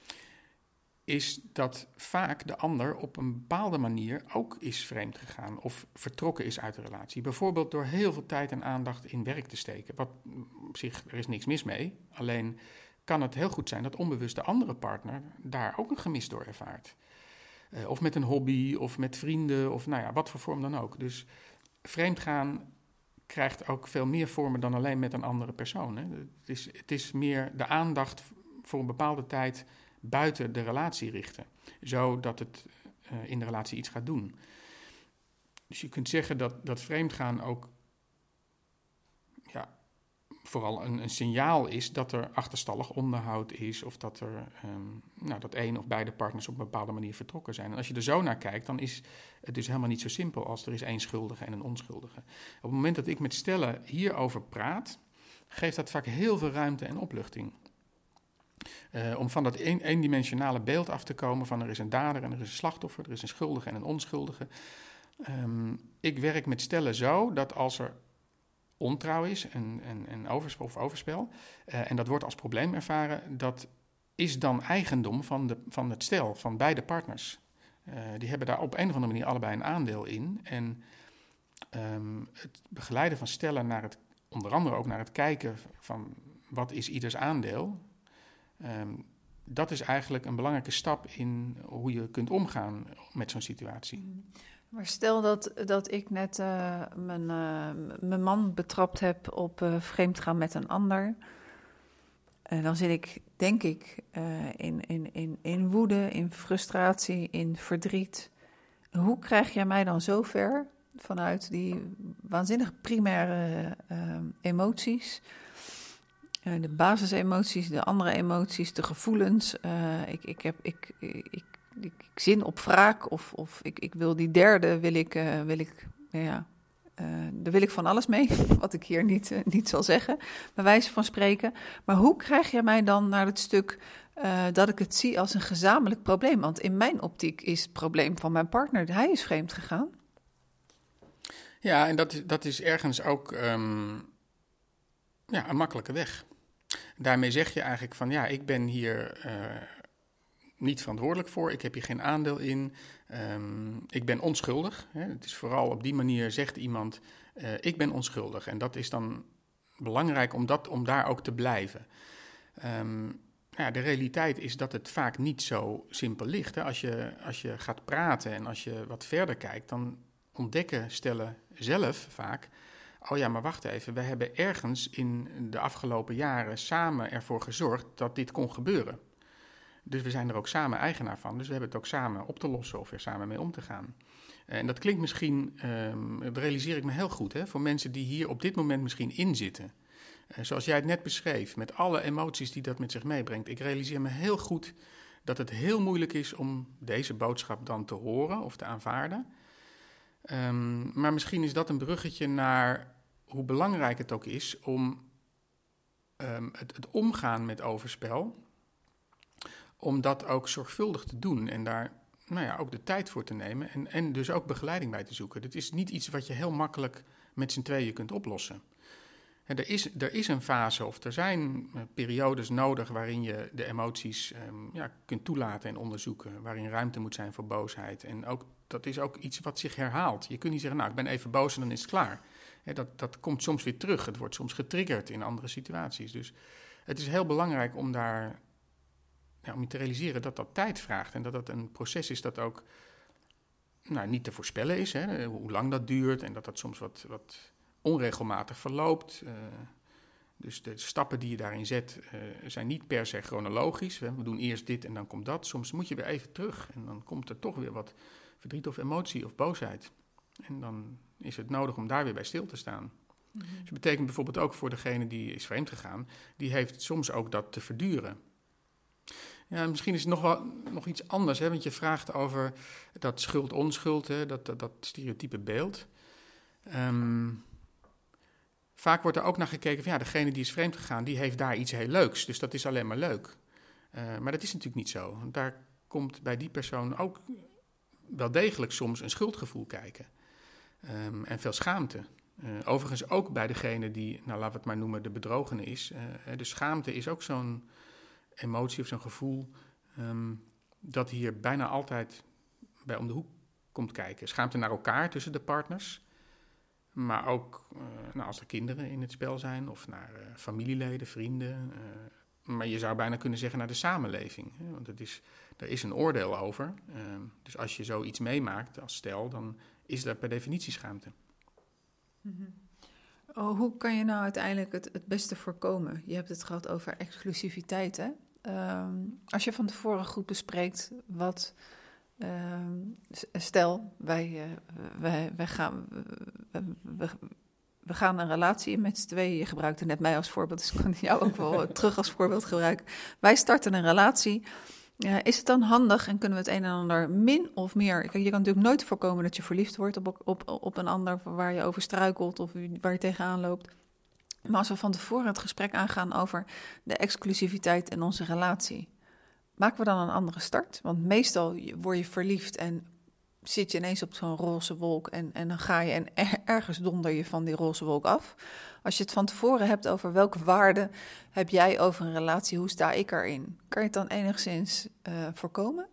is dat vaak de ander op een bepaalde manier ook is vreemd gegaan of vertrokken is uit de relatie. Bijvoorbeeld door heel veel tijd en aandacht in werk te steken. Wat op zich, er is niks mis mee, alleen kan het heel goed zijn dat onbewust de andere partner daar ook een gemis door ervaart. Uh, of met een hobby, of met vrienden, of nou ja, wat voor vorm dan ook. Dus vreemdgaan krijgt ook veel meer vormen dan alleen met een andere persoon. Hè. Het is, het is meer de aandacht voor een bepaalde tijd buiten de relatie richten. Zodat het uh, in de relatie iets gaat doen. Dus je kunt zeggen dat, dat vreemdgaan ook ja, vooral een, een signaal is dat er achterstallig onderhoud is, of dat er um, nou, dat één of beide partners op een bepaalde manier vertrokken zijn. En als je er zo naar kijkt, dan is het dus helemaal niet zo simpel als er is één schuldige en een onschuldige. Op het moment dat ik met stellen hierover praat, geeft dat vaak heel veel ruimte en opluchting. Uh, om van dat een, eendimensionale beeld af te komen van er is een dader en er is een slachtoffer, er is een schuldige en een onschuldige. Um, ik werk met stellen zo dat als er ontrouw is en, en, en overspel of overspel, uh, en dat wordt als probleem ervaren, dat is dan eigendom van, de, van het stel, van beide partners. Uh, die hebben daar op een of andere manier allebei een aandeel in. En um, het begeleiden van stellen naar het, onder andere ook naar het kijken van wat is ieders aandeel, um, dat is eigenlijk een belangrijke stap in hoe je kunt omgaan met zo'n situatie. Maar stel dat, dat ik net uh, mijn, uh, mijn man betrapt heb op uh, vreemdgaan met een ander. Uh, dan zit ik, denk ik, uh, in, in, in, in woede, in frustratie, in verdriet. Hoe krijg jij mij dan zo ver vanuit die waanzinnig primaire uh, emoties, uh, de basisemoties, de andere emoties, de gevoelens. Uh, ik, ik, heb, ik, ik, ik, ik zin op wraak of, of ik, ik wil die derde, wil ik, uh, wil ik ja, uh, daar wil ik van alles mee, wat ik hier niet, uh, niet zal zeggen, bij wijze van spreken. Maar hoe krijg je mij dan naar het stuk uh, dat ik het zie als een gezamenlijk probleem? Want in mijn optiek is het probleem van mijn partner, hij is vreemd gegaan. Ja, en dat is, dat is ergens ook um, ja, een makkelijke weg. Daarmee zeg je eigenlijk van ja, ik ben hier uh, niet verantwoordelijk voor, ik heb hier geen aandeel in, um, ik ben onschuldig. Hè. Het is vooral op die manier zegt iemand, uh, ik ben onschuldig. En dat is dan belangrijk om, dat, om daar ook te blijven. Um, ja, de realiteit is dat het vaak niet zo simpel ligt. Hè. Als je, als je gaat praten en als je wat verder kijkt, dan ontdekken stellen zelf vaak, oh ja, maar wacht even, we hebben ergens in de afgelopen jaren samen ervoor gezorgd dat dit kon gebeuren. Dus we zijn er ook samen eigenaar van. Dus we hebben het ook samen op te lossen of er samen mee om te gaan. En dat klinkt misschien, um, dat realiseer ik me heel goed, hè, voor mensen die hier op dit moment misschien in zitten. Uh, zoals jij het net beschreef, met alle emoties die dat met zich meebrengt. Ik realiseer me heel goed dat het heel moeilijk is om deze boodschap dan te horen of te aanvaarden. Um, maar misschien is dat een bruggetje naar hoe belangrijk het ook is om um, het, het omgaan met overspel, om dat ook zorgvuldig te doen en daar nou ja, ook de tijd voor te nemen en, en dus ook begeleiding bij te zoeken. Dit is niet iets wat je heel makkelijk met z'n tweeën kunt oplossen. En er, is, er is een fase of er zijn periodes nodig waarin je de emoties um, ja, kunt toelaten en onderzoeken, waarin ruimte moet zijn voor boosheid. En ook, dat is ook iets wat zich herhaalt. Je kunt niet zeggen, nou, ik ben even boos en dan is het klaar. He, dat, dat komt soms weer terug. Het wordt soms getriggerd in andere situaties. Dus het is heel belangrijk om daar, ja, om je te realiseren dat dat tijd vraagt. En dat dat een proces is dat ook nou, niet te voorspellen is. Hè, hoe lang dat duurt en dat dat soms wat, wat onregelmatig verloopt. Uh, dus de stappen die je daarin zet uh, zijn niet per se chronologisch. We doen eerst dit en dan komt dat. Soms moet je weer even terug en dan komt er toch weer wat verdriet of emotie of boosheid. En dan is het nodig om daar weer bij stil te staan. Mm-hmm. Dus dat betekent bijvoorbeeld ook voor degene die is vreemd gegaan, die heeft soms ook dat te verduren. Ja, misschien is het nog wel nog iets anders, hè, want je vraagt over dat schuld-onschuld, hè, dat, dat, dat stereotype beeld. Um, vaak wordt er ook naar gekeken van ja, degene die is vreemd gegaan, die heeft daar iets heel leuks, dus dat is alleen maar leuk. Uh, maar dat is natuurlijk niet zo. Want daar komt bij die persoon ook wel degelijk soms een schuldgevoel kijken. Um, en veel schaamte. Uh, overigens ook bij degene die, nou laten we het maar noemen, de bedrogene is. Uh, de schaamte is ook zo'n emotie of zo'n gevoel um, dat hier bijna altijd bij om de hoek komt kijken. Schaamte naar elkaar tussen de partners, maar ook uh, nou, als er kinderen in het spel zijn of naar uh, familieleden, vrienden. Uh, maar je zou bijna kunnen zeggen naar de samenleving. Hè? Want het is, er is een oordeel over. Uh, dus als je zoiets meemaakt als stel, dan is daar per definitie schaamte. Mm-hmm. Oh, hoe kan je nou uiteindelijk het, het beste voorkomen? Je hebt het gehad over exclusiviteit, hè? Um, als je van tevoren goed bespreekt wat, um, stel, wij, uh, wij, wij, gaan, we, we, we gaan een relatie in met z'n tweeën. Je gebruikte net mij als voorbeeld, dus ik kan jou ook wel terug als voorbeeld gebruiken. Wij starten een relatie. Uh, is het dan handig en kunnen we het een en ander min of meer... Kijk, je kan natuurlijk nooit voorkomen dat je verliefd wordt op, op, op een ander waar je over struikelt of waar je tegenaan loopt. Maar als we van tevoren het gesprek aangaan over de exclusiviteit in onze relatie, maken we dan een andere start? Want meestal word je verliefd en zit je ineens op zo'n roze wolk en, en dan ga je en er, ergens donder je van die roze wolk af. Als je het van tevoren hebt over welke waarden heb jij over een relatie, hoe sta ik erin? Kan je het dan enigszins uh, voorkomen?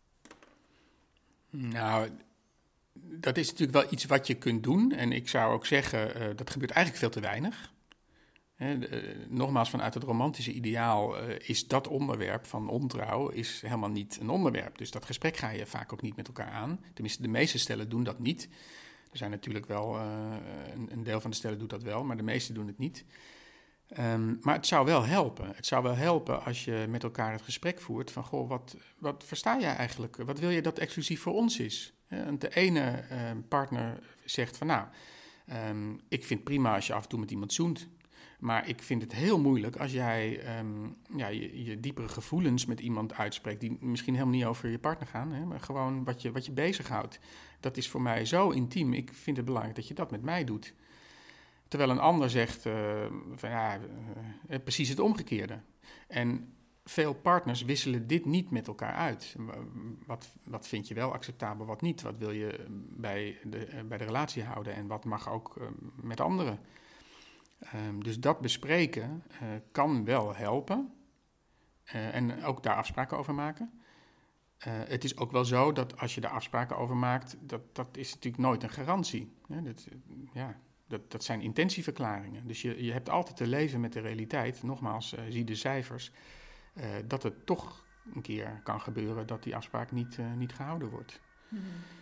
Nou, dat is natuurlijk wel iets wat je kunt doen. En ik zou ook zeggen, uh, dat gebeurt eigenlijk veel te weinig. He, de, nogmaals, vanuit het romantische ideaal uh, is dat onderwerp van ontrouw is helemaal niet een onderwerp. Dus dat gesprek ga je vaak ook niet met elkaar aan. Tenminste, de meeste stellen doen dat niet. Er zijn natuurlijk wel, uh, een, een deel van de stellen doet dat wel, maar de meeste doen het niet. Um, maar het zou wel helpen. Het zou wel helpen als je met elkaar het gesprek voert van, goh, wat, wat versta jij eigenlijk? Wat wil je dat exclusief voor ons is? En de ene uh, partner zegt van, nou, um, ik vind het prima als je af en toe met iemand zoent. Maar ik vind het heel moeilijk als jij um, ja, je, je diepere gevoelens met iemand uitspreekt die misschien helemaal niet over je partner gaan, hè, maar gewoon wat je, wat je bezighoudt. Dat is voor mij zo intiem. Ik vind het belangrijk dat je dat met mij doet. Terwijl een ander zegt uh, van ja, uh, precies het omgekeerde. En veel partners wisselen dit niet met elkaar uit. Wat, wat vind je wel acceptabel, wat niet? Wat wil je bij de, uh, bij de relatie houden en wat mag ook uh, met anderen? Um, dus dat bespreken uh, kan wel helpen uh, en ook daar afspraken over maken. Uh, het is ook wel zo dat als je daar afspraken over maakt, dat, dat is natuurlijk nooit een garantie. Ja, dat, ja, dat, dat zijn intentieverklaringen. Dus je, je hebt altijd te leven met de realiteit. Nogmaals, uh, zie de cijfers, uh, dat het toch een keer kan gebeuren dat die afspraak niet, uh, niet gehouden wordt. Hmm.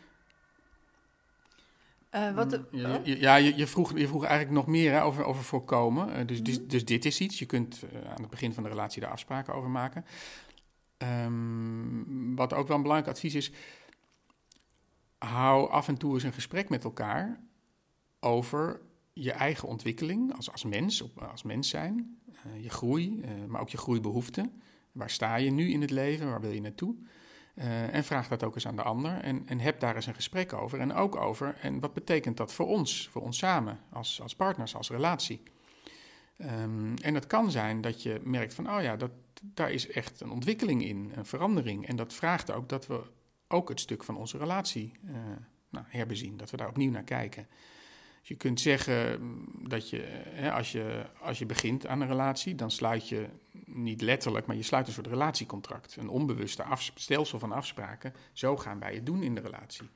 Uh, wat de, oh? Ja, je, ja je, je, vroeg, je vroeg eigenlijk nog meer hè, over, over voorkomen. Uh, dus, mm-hmm. dus, dus dit is iets. Je kunt uh, aan het begin van de relatie daar afspraken over maken. Um, wat ook wel een belangrijk advies is, hou af en toe eens een gesprek met elkaar over je eigen ontwikkeling als, als mens, als mens zijn, uh, je groei, uh, maar ook je groeibehoeften. Waar sta je nu in het leven, waar wil je naartoe? Uh, en vraag dat ook eens aan de ander en, en heb daar eens een gesprek over. En ook over, en wat betekent dat voor ons, voor ons samen, als, als partners, als relatie? Um, en het kan zijn dat je merkt van, oh ja, dat, daar is echt een ontwikkeling in, een verandering. En dat vraagt ook dat we ook het stuk van onze relatie uh, nou, herbezien, dat we daar opnieuw naar kijken. Dus je kunt zeggen dat je, hè, als je, als je begint aan een relatie, dan sluit je niet letterlijk, maar je sluit een soort relatiecontract. Een onbewuste afs- stelsel van afspraken. Zo gaan wij het doen in de relatie.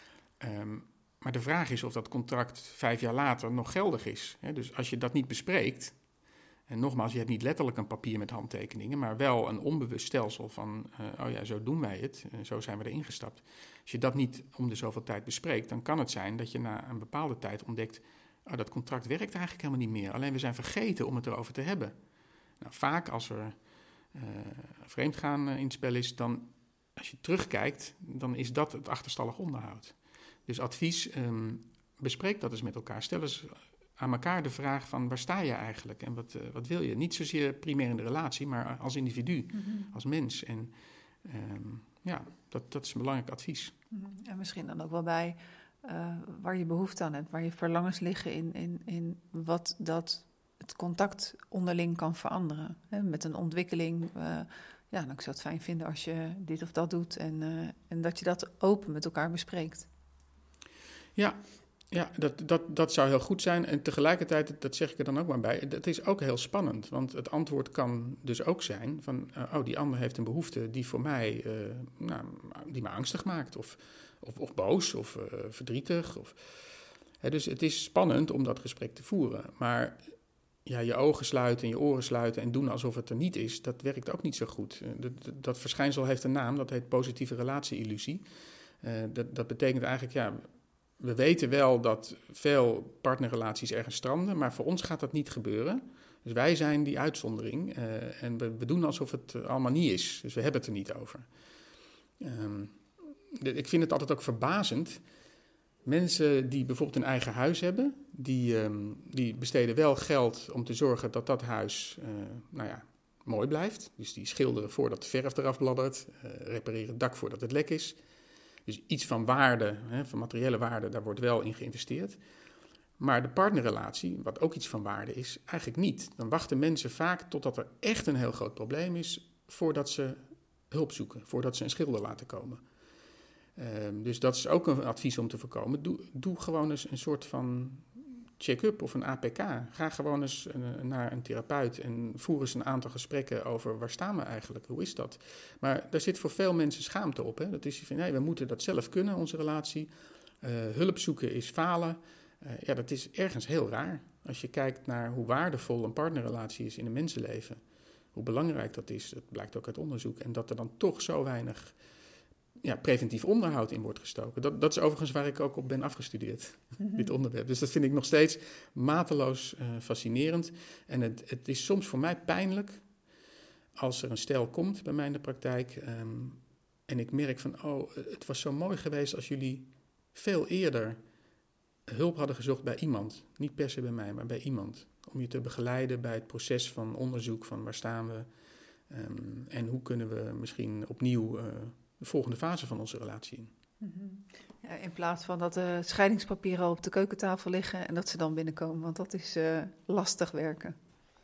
Um, maar de vraag is of dat contract vijf jaar later nog geldig is. Hè? Dus als je dat niet bespreekt, en nogmaals, je hebt niet letterlijk een papier met handtekeningen, maar wel een onbewust stelsel van, uh, oh ja, zo doen wij het, uh, zo zijn we erin gestapt. Als je dat niet om de zoveel tijd bespreekt, dan kan het zijn dat je na een bepaalde tijd ontdekt, oh, dat contract werkt eigenlijk helemaal niet meer. Alleen we zijn vergeten om het erover te hebben. Nou, vaak als er uh, vreemdgaan uh, in het spel is, dan als je terugkijkt, dan is dat het achterstallig onderhoud. Dus advies, um, bespreek dat eens met elkaar. Stel eens aan elkaar de vraag van waar sta je eigenlijk en wat, uh, wat wil je? Niet zozeer primair in de relatie, maar als individu, mm-hmm. als mens. En um, ja, dat, dat is een belangrijk advies. Mm-hmm. En misschien dan ook wel bij uh, waar je behoefte aan hebt, waar je verlangens liggen in, in, in wat dat het contact onderling kan veranderen. Hè? Met een ontwikkeling, uh, ja, dan zou ik het fijn vinden als je dit of dat doet en, uh, en dat je dat open met elkaar bespreekt. Ja, ja dat, dat, dat zou heel goed zijn. En tegelijkertijd, dat zeg ik er dan ook maar bij, dat is ook heel spannend. Want het antwoord kan dus ook zijn van, uh, oh, die ander heeft een behoefte die voor mij, uh, nou, die me angstig maakt. Of, of, of boos, of uh, verdrietig. Of, hè, dus het is spannend om dat gesprek te voeren. Maar ja, je ogen sluiten en je oren sluiten en doen alsof het er niet is, dat werkt ook niet zo goed. Uh, dat, dat verschijnsel heeft een naam, dat heet positieve relatie-illusie. Uh, dat, dat betekent eigenlijk, ja, we weten wel dat veel partnerrelaties ergens stranden, maar voor ons gaat dat niet gebeuren. Dus wij zijn die uitzondering uh, en we, we doen alsof het uh, allemaal niet is. Dus we hebben het er niet over. Um, de, ik vind het altijd ook verbazend. Mensen die bijvoorbeeld een eigen huis hebben, die, um, die besteden wel geld om te zorgen dat dat huis uh, nou ja, mooi blijft. Dus die schilderen voordat de verf eraf bladdert, uh, repareren het dak voordat het lek is. Dus iets van waarde, hè, van materiële waarde, daar wordt wel in geïnvesteerd. Maar de partnerrelatie, wat ook iets van waarde is, eigenlijk niet. Dan wachten mensen vaak totdat er echt een heel groot probleem is, voordat ze hulp zoeken, voordat ze een schilder laten komen. Um, dus dat is ook een advies om te voorkomen. Doe, doe gewoon eens een soort van check-up of een A P K. Ga gewoon eens uh, naar een therapeut en voer eens een aantal gesprekken over waar staan we eigenlijk, hoe is dat? Maar daar zit voor veel mensen schaamte op. Hè? Dat is van, nee, we moeten dat zelf kunnen, onze relatie. Uh, hulp zoeken is falen. Uh, ja, dat is ergens heel raar. Als je kijkt naar hoe waardevol een partnerrelatie is in een mensenleven. Hoe belangrijk dat is, dat blijkt ook uit onderzoek. En dat er dan toch zo weinig ja, preventief onderhoud in wordt gestoken. Dat, dat is overigens waar ik ook op ben afgestudeerd, mm-hmm. dit onderwerp. Dus dat vind ik nog steeds mateloos uh, fascinerend. En het, het is soms voor mij pijnlijk als er een stel komt bij mij in de praktijk. Um, en ik merk van, oh, het was zo mooi geweest als jullie veel eerder hulp hadden gezocht bij iemand. Niet per se bij mij, maar bij iemand. Om je te begeleiden bij het proces van onderzoek van waar staan we. Um, en hoe kunnen we misschien opnieuw Uh, de volgende fase van onze relatie in. Mm-hmm. Ja, in plaats van dat de scheidingspapieren op de keukentafel liggen en dat ze dan binnenkomen, want dat is uh, lastig werken.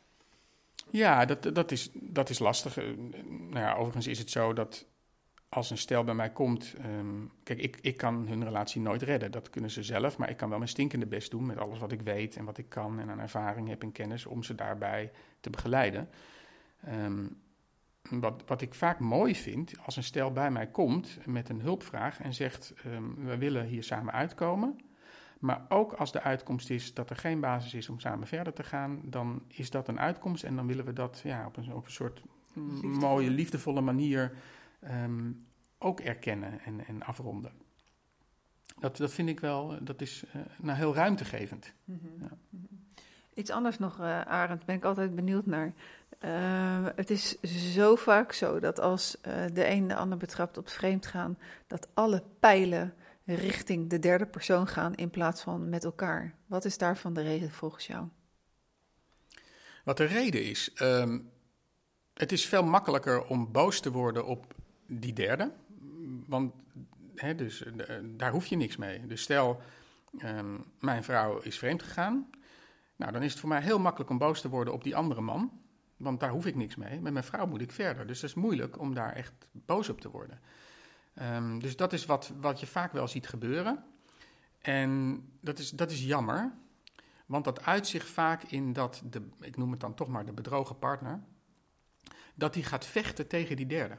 Ja, dat, dat, is, dat is lastig. Uh, nou ja, overigens is het zo dat als een stel bij mij komt, um, kijk, ik, ik kan hun relatie nooit redden. Dat kunnen ze zelf, maar ik kan wel mijn stinkende best doen met alles wat ik weet en wat ik kan en aan ervaring heb en kennis om ze daarbij te begeleiden. Um, Wat, wat ik vaak mooi vind, als een stel bij mij komt met een hulpvraag en zegt, um, we willen hier samen uitkomen. Maar ook als de uitkomst is dat er geen basis is om samen verder te gaan, dan is dat een uitkomst en dan willen we dat ja, op, een, op een soort liefdevolle. mooie, liefdevolle manier um, ook erkennen en, en afronden. Dat, dat vind ik wel, dat is uh, nou, heel ruimtegevend. Mm-hmm. Ja. Mm-hmm. Iets anders nog, uh, Arend, ben ik altijd benieuwd naar. Uh, het is zo vaak zo dat als uh, de een de ander betrapt op vreemdgaan, dat alle pijlen richting de derde persoon gaan in plaats van met elkaar. Wat is daarvan de reden volgens jou? Wat de reden is? Um, het is veel makkelijker om boos te worden op die derde, want he, dus, uh, daar hoef je niks mee. Dus stel, um, mijn vrouw is vreemd gegaan. Nou, dan is het voor mij heel makkelijk om boos te worden op die andere man. Want daar hoef ik niks mee. Met mijn vrouw moet ik verder. Dus dat is moeilijk om daar echt boos op te worden. Um, dus dat is wat, wat je vaak wel ziet gebeuren. En dat is, dat is jammer. Want dat uit zich vaak in dat, de, ik noem het dan toch maar de bedrogen partner, dat die gaat vechten tegen die derde.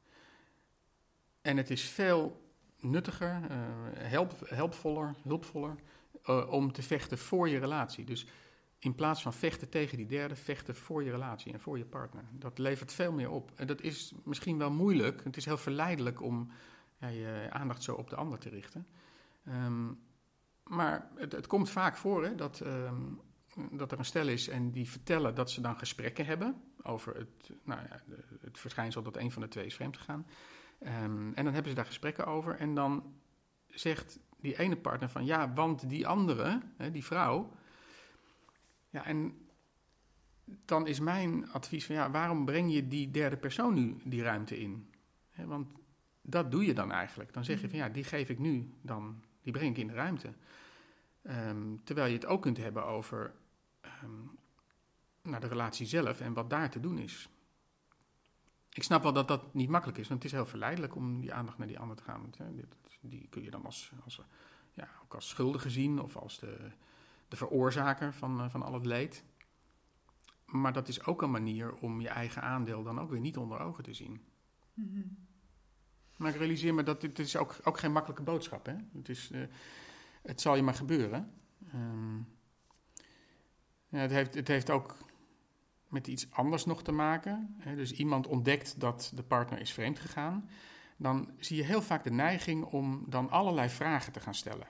En het is veel nuttiger, uh, help, helpvoller, hulpvoller, uh, om te vechten voor je relatie. Dus in plaats van vechten tegen die derde, vechten voor je relatie en voor je partner. Dat levert veel meer op. En dat is misschien wel moeilijk. Het is heel verleidelijk om ja, je aandacht zo op de ander te richten. Um, maar het, het komt vaak voor hè, dat, um, dat er een stel is en die vertellen dat ze dan gesprekken hebben over het, nou ja, het verschijnsel dat een van de twee is vreemd gegaan. Um, en dan hebben ze daar gesprekken over en dan zegt die ene partner van ja, want die andere, hè, die vrouw. Ja, en dan is mijn advies van ja, waarom breng je die derde persoon nu die ruimte in? He, want dat doe je dan eigenlijk. Dan zeg je van ja, die geef ik nu, dan, die breng ik in de ruimte. Um, terwijl je het ook kunt hebben over um, nou, de relatie zelf en wat daar te doen is. Ik snap wel dat dat niet makkelijk is, want het is heel verleidelijk om die aandacht naar die ander te gaan. Want, hè, die kun je dan als, als, ja, ook als schuldige zien of als de, de veroorzaker van, van al het leed. Maar dat is ook een manier om je eigen aandeel dan ook weer niet onder ogen te zien. Mm-hmm. Maar ik realiseer me dat dit is ook, ook geen makkelijke boodschap is. Het, is, uh, het zal je maar gebeuren. Um, ja, het, heeft, het heeft ook met iets anders nog te maken. Hè? Dus iemand ontdekt dat de partner is vreemd gegaan. Dan zie je heel vaak de neiging om dan allerlei vragen te gaan stellen.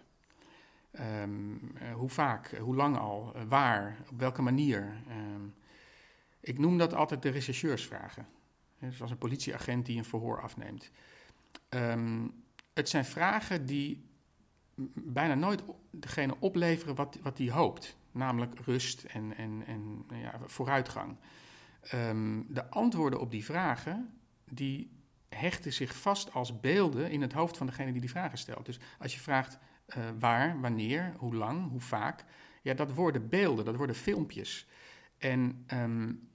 Um, uh, hoe vaak, hoe lang al, uh, waar, op welke manier. Um, ik noem dat altijd de rechercheursvragen. Dus als een politieagent die een verhoor afneemt. Um, het zijn vragen die bijna nooit degene opleveren wat, wat die hoopt. Namelijk rust en, en, en ja, vooruitgang. Um, de antwoorden op die vragen, die hechten zich vast als beelden in het hoofd van degene die die vragen stelt. Dus als je vraagt uh, waar, wanneer, hoe lang, hoe vaak, ja, dat worden beelden, dat worden filmpjes. En um,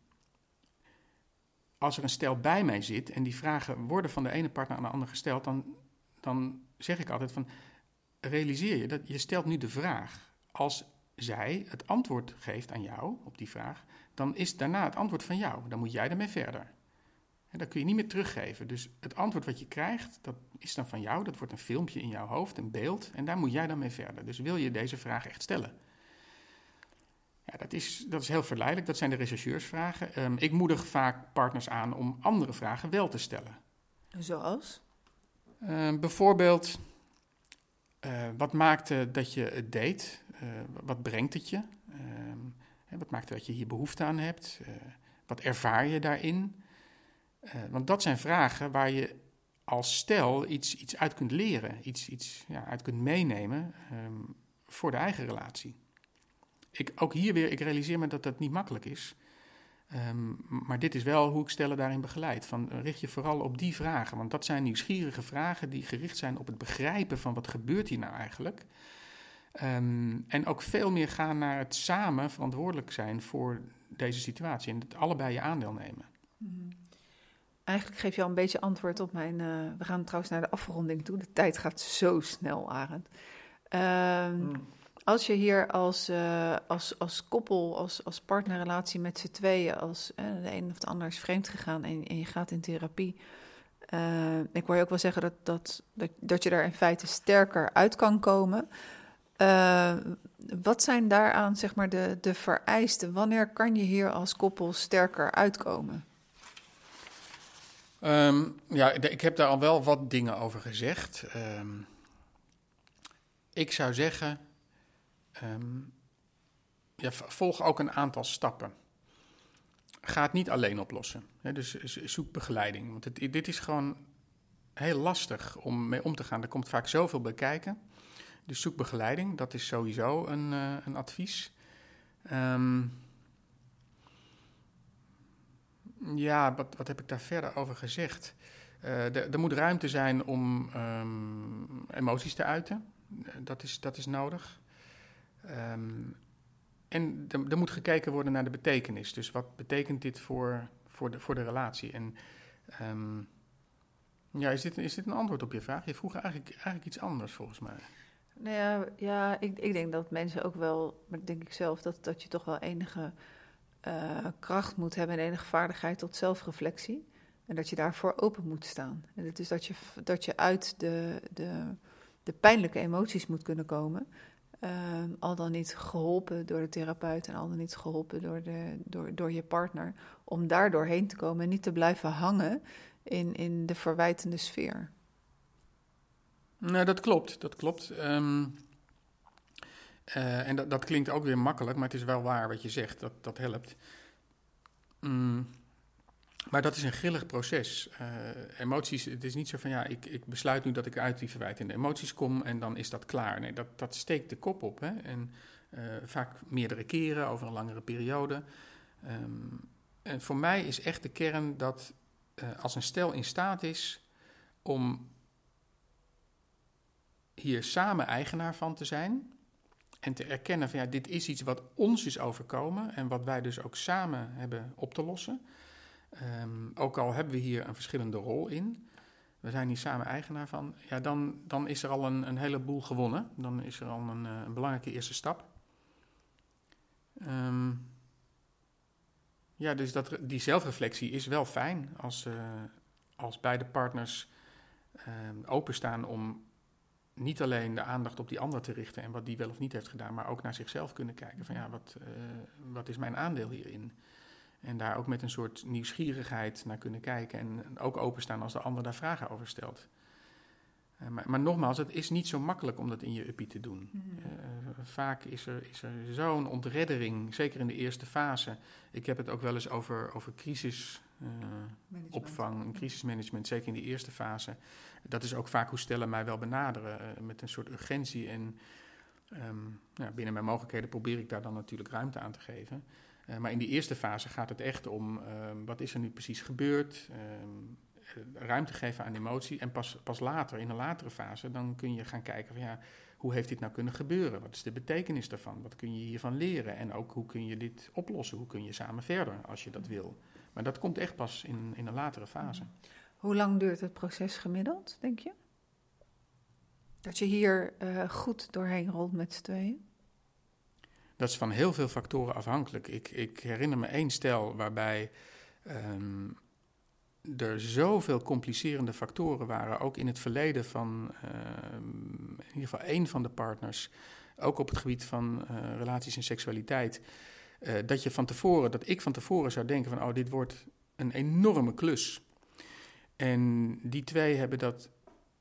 als er een stel bij mij zit en die vragen worden van de ene partner aan de andere gesteld, dan, dan zeg ik altijd van, realiseer je dat je stelt nu de vraag. Als zij het antwoord geeft aan jou op die vraag, dan is daarna het antwoord van jou. Dan moet jij ermee verder. En dat kun je niet meer teruggeven. Dus het antwoord wat je krijgt, dat is dan van jou. Dat wordt een filmpje in jouw hoofd, een beeld. En daar moet jij dan mee verder. Dus wil je deze vraag echt stellen? Ja, dat is, dat is heel verleidelijk. Dat zijn de rechercheursvragen. Um, ik moedig vaak partners aan om andere vragen wel te stellen. Zoals? Uh, bijvoorbeeld, uh, wat maakte dat je het deed? Uh, wat brengt het je? Uh, wat maakte dat je hier behoefte aan hebt? Uh, wat ervaar je daarin? Uh, want dat zijn vragen waar je als stel iets, iets uit kunt leren. Iets, iets ja, uit kunt meenemen um, voor de eigen relatie. Ik, ook hier weer, ik realiseer me dat dat niet makkelijk is. Um, maar dit is wel hoe ik stellen daarin begeleid. Van, richt je vooral op die vragen. Want dat zijn nieuwsgierige vragen die gericht zijn op het begrijpen van wat gebeurt hier nou eigenlijk. Um, en ook veel meer gaan naar het samen verantwoordelijk zijn voor deze situatie. En het allebei je aandeel nemen. Mm-hmm. Eigenlijk geef je al een beetje antwoord op mijn... Uh, we gaan trouwens naar de afronding toe. De tijd gaat zo snel, Arend. Um, mm. Als je hier als, uh, als, als koppel, als, als partnerrelatie met z'n tweeën, als uh, de een of de ander is vreemd gegaan en, en je gaat in therapie. Uh, ik hoor je ook wel zeggen dat, dat, dat, dat je daar in feite sterker uit kan komen. Uh, wat zijn daaraan zeg maar de, de vereisten? Wanneer kan je hier als koppel sterker uitkomen? Um, ja, ik heb daar al wel wat dingen over gezegd. Um, ik zou zeggen... Um, ja, volg ook een aantal stappen. Ga het niet alleen oplossen. Hè? Dus zoek begeleiding. Want het, dit is gewoon heel lastig om mee om te gaan. Er komt vaak zoveel bij kijken. Dus zoek begeleiding. Dat is sowieso een, uh, een advies. Um, ja, wat, wat heb ik daar verder over gezegd? Uh, er moet ruimte zijn om um, emoties te uiten. Dat is, dat is nodig. Um, en er moet gekeken worden naar de betekenis. Dus wat betekent dit voor, voor, de, voor de relatie? En um, ja, is dit, is dit een antwoord op je vraag? Je vroeg eigenlijk, eigenlijk iets anders volgens mij. Nou ja, ja ik, ik denk dat mensen ook wel, maar denk ik zelf, dat, dat je toch wel enige uh, kracht moet hebben en enige vaardigheid tot zelfreflectie. En dat je daarvoor open moet staan. En het is dat je, dat je uit de, de, de pijnlijke emoties moet kunnen komen. Uh, al dan niet geholpen door de therapeut en al dan niet geholpen door, de, door, door je partner. Om daar doorheen te komen en niet te blijven hangen in, in de verwijtende sfeer. Nou, dat klopt, dat klopt. Um, uh, en dat, dat klinkt ook weer makkelijk, maar het is wel waar wat je zegt, dat, dat helpt. Um, maar dat is een grillig proces. Uh, emoties, het is niet zo van ja, ik, ik besluit nu dat ik uit die verwijtende emoties kom en dan is dat klaar. Nee, dat, dat steekt de kop op. Hè? En uh, vaak meerdere keren over een langere periode. Um, en voor mij is echt de kern dat uh, als een stel in staat is om hier samen eigenaar van te zijn en te erkennen van ja, dit is iets wat ons is overkomen en wat wij dus ook samen hebben op te lossen. Um, ook al hebben we hier een verschillende rol in, we zijn hier samen eigenaar van, ja, dan, dan is er al een, een heleboel gewonnen. Dan is er al een, een belangrijke eerste stap. Um, ja, dus dat, die zelfreflectie is wel fijn als, uh, als beide partners uh, openstaan om niet alleen de aandacht op die ander te richten en wat die wel of niet heeft gedaan, maar ook naar zichzelf kunnen kijken van ja, wat, uh, wat is mijn aandeel hierin? En daar ook met een soort nieuwsgierigheid naar kunnen kijken en ook openstaan als de ander daar vragen over stelt. Uh, maar, maar nogmaals, het is niet zo makkelijk om dat in je uppie te doen. Mm-hmm. Uh, vaak is er, is er zo'n ontreddering, zeker in de eerste fase. Ik heb het ook wel eens over, over crisisopvang, uh, crisismanagement, zeker in die eerste fase. Dat is ook vaak hoe stellen mij wel benaderen, uh, met een soort urgentie. En um, ja, binnen mijn mogelijkheden probeer ik daar dan natuurlijk ruimte aan te geven. Uh, maar in die eerste fase gaat het echt om, uh, wat is er nu precies gebeurd? Uh, ruimte geven aan emotie. En pas, pas later, in een latere fase, dan kun je gaan kijken van ja, hoe heeft dit nou kunnen gebeuren? Wat is de betekenis daarvan? Wat kun je hiervan leren? En ook hoe kun je dit oplossen? Hoe kun je samen verder als je dat wil? Maar dat komt echt pas in, in een latere fase. Hoe lang duurt het proces gemiddeld, denk je? Dat je hier uh, goed doorheen rolt met z'n tweeën? Dat is van heel veel factoren afhankelijk. Ik, ik herinner me één stel waarbij um, er zoveel complicerende factoren waren, ook in het verleden van uh, in ieder geval één van de partners, ook op het gebied van uh, relaties en seksualiteit, uh, dat je van tevoren, dat ik van tevoren zou denken van, oh, dit wordt een enorme klus. En die twee hebben dat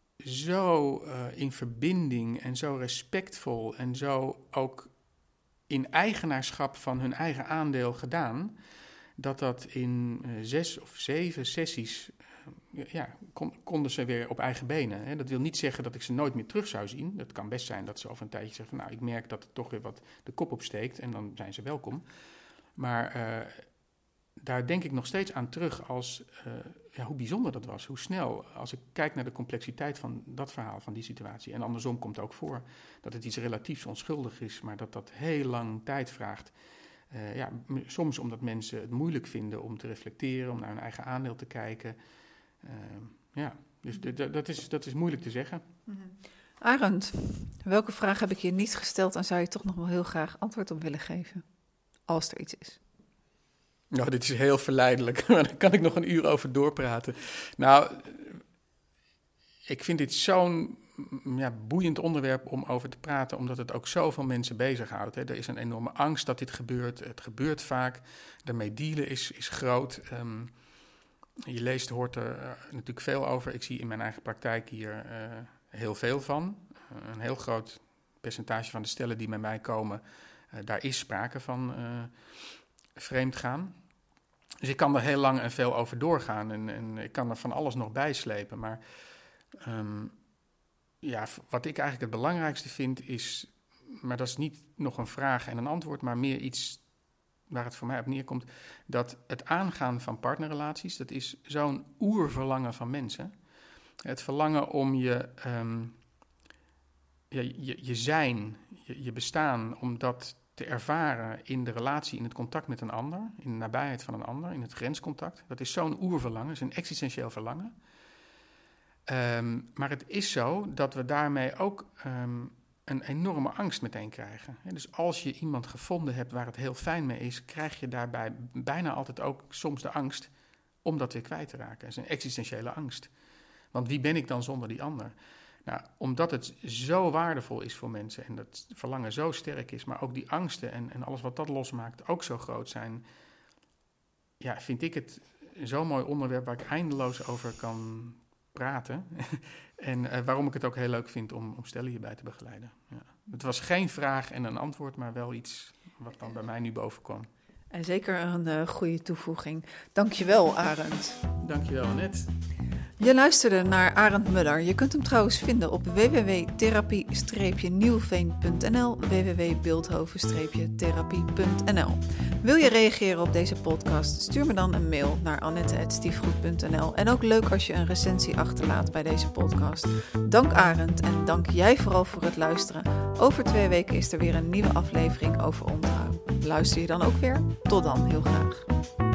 zo uh, in verbinding en zo respectvol en zo ook in eigenaarschap van hun eigen aandeel gedaan, dat dat in uh, zes of zeven sessies, uh, ja, kon, konden ze weer op eigen benen. Hè. Dat wil niet zeggen dat ik ze nooit meer terug zou zien. Dat kan best zijn dat ze over een tijdje zeggen van, nou, ik merk dat het toch weer wat de kop opsteekt en dan zijn ze welkom. Maar uh, daar denk ik nog steeds aan terug als uh, ja, hoe bijzonder dat was, hoe snel. Als ik kijk naar de complexiteit van dat verhaal, van die situatie. En andersom komt ook voor dat het iets relatiefs onschuldig is, maar dat dat heel lang tijd vraagt. Uh, ja, m- soms omdat mensen het moeilijk vinden om te reflecteren, om naar hun eigen aandeel te kijken. Uh, ja, dus d- d- dat, is, dat is moeilijk te zeggen. Mm-hmm. Arend, welke vraag heb ik je niet gesteld en zou je toch nog wel heel graag antwoord op willen geven? Als er iets is. Nou, dit is heel verleidelijk, maar daar kan ik nog een uur over doorpraten. Nou, ik vind dit zo'n ja, boeiend onderwerp om over te praten, omdat het ook zoveel mensen bezighoudt. Hè. Er is een enorme angst dat dit gebeurt. Het gebeurt vaak. Daarmee dealen is, is groot. Um, je leest, hoort er uh, natuurlijk veel over. Ik zie in mijn eigen praktijk hier uh, heel veel van. Uh, een heel groot percentage van de stellen die bij mij komen, Uh, daar is sprake van uh, vreemdgaan. Dus ik kan er heel lang en veel over doorgaan en, en ik kan er van alles nog bijslepen. Maar um, ja, wat ik eigenlijk het belangrijkste vind is, maar dat is niet nog een vraag en een antwoord, maar meer iets waar het voor mij op neerkomt, dat het aangaan van partnerrelaties, dat is zo'n oerverlangen van mensen. Het verlangen om je, um, ja, je, je zijn, je, je bestaan, om dat te ervaren in de relatie, in het contact met een ander, in de nabijheid van een ander, in het grenscontact. Dat is zo'n oerverlangen, dat is een existentieel verlangen. Um, maar het is zo dat we daarmee ook um, een enorme angst meteen krijgen. Dus als je iemand gevonden hebt waar het heel fijn mee is, krijg je daarbij bijna altijd ook soms de angst om dat weer kwijt te raken. Dat is een existentiële angst. Want wie ben ik dan zonder die ander? Nou, omdat het zo waardevol is voor mensen en dat verlangen zo sterk is, maar ook die angsten en, en alles wat dat losmaakt ook zo groot zijn, ja, vind ik het zo'n mooi onderwerp waar ik eindeloos over kan praten. en uh, waarom ik het ook heel leuk vind om, om stellen hierbij te begeleiden. Ja. Het was geen vraag en een antwoord, maar wel iets wat dan bij mij nu boven kwam. En zeker een uh, goede toevoeging. Dankjewel, Arend. Dankjewel, Annette. Je luisterde naar Arend Muller. Je kunt hem trouwens vinden op w w w punt therapie streepje nieuwveen punt n l, w w w punt beeldhoven streepje therapie punt n l. Wil je reageren op deze podcast? Stuur me dan een mail naar annette apenstaartje stiefgoed punt n l. En ook leuk als je een recensie achterlaat bij deze podcast. Dank Arend en dank jij vooral voor het luisteren. Over twee weken is er weer een nieuwe aflevering over ontrouw. Luister je dan ook weer? Tot dan, heel graag.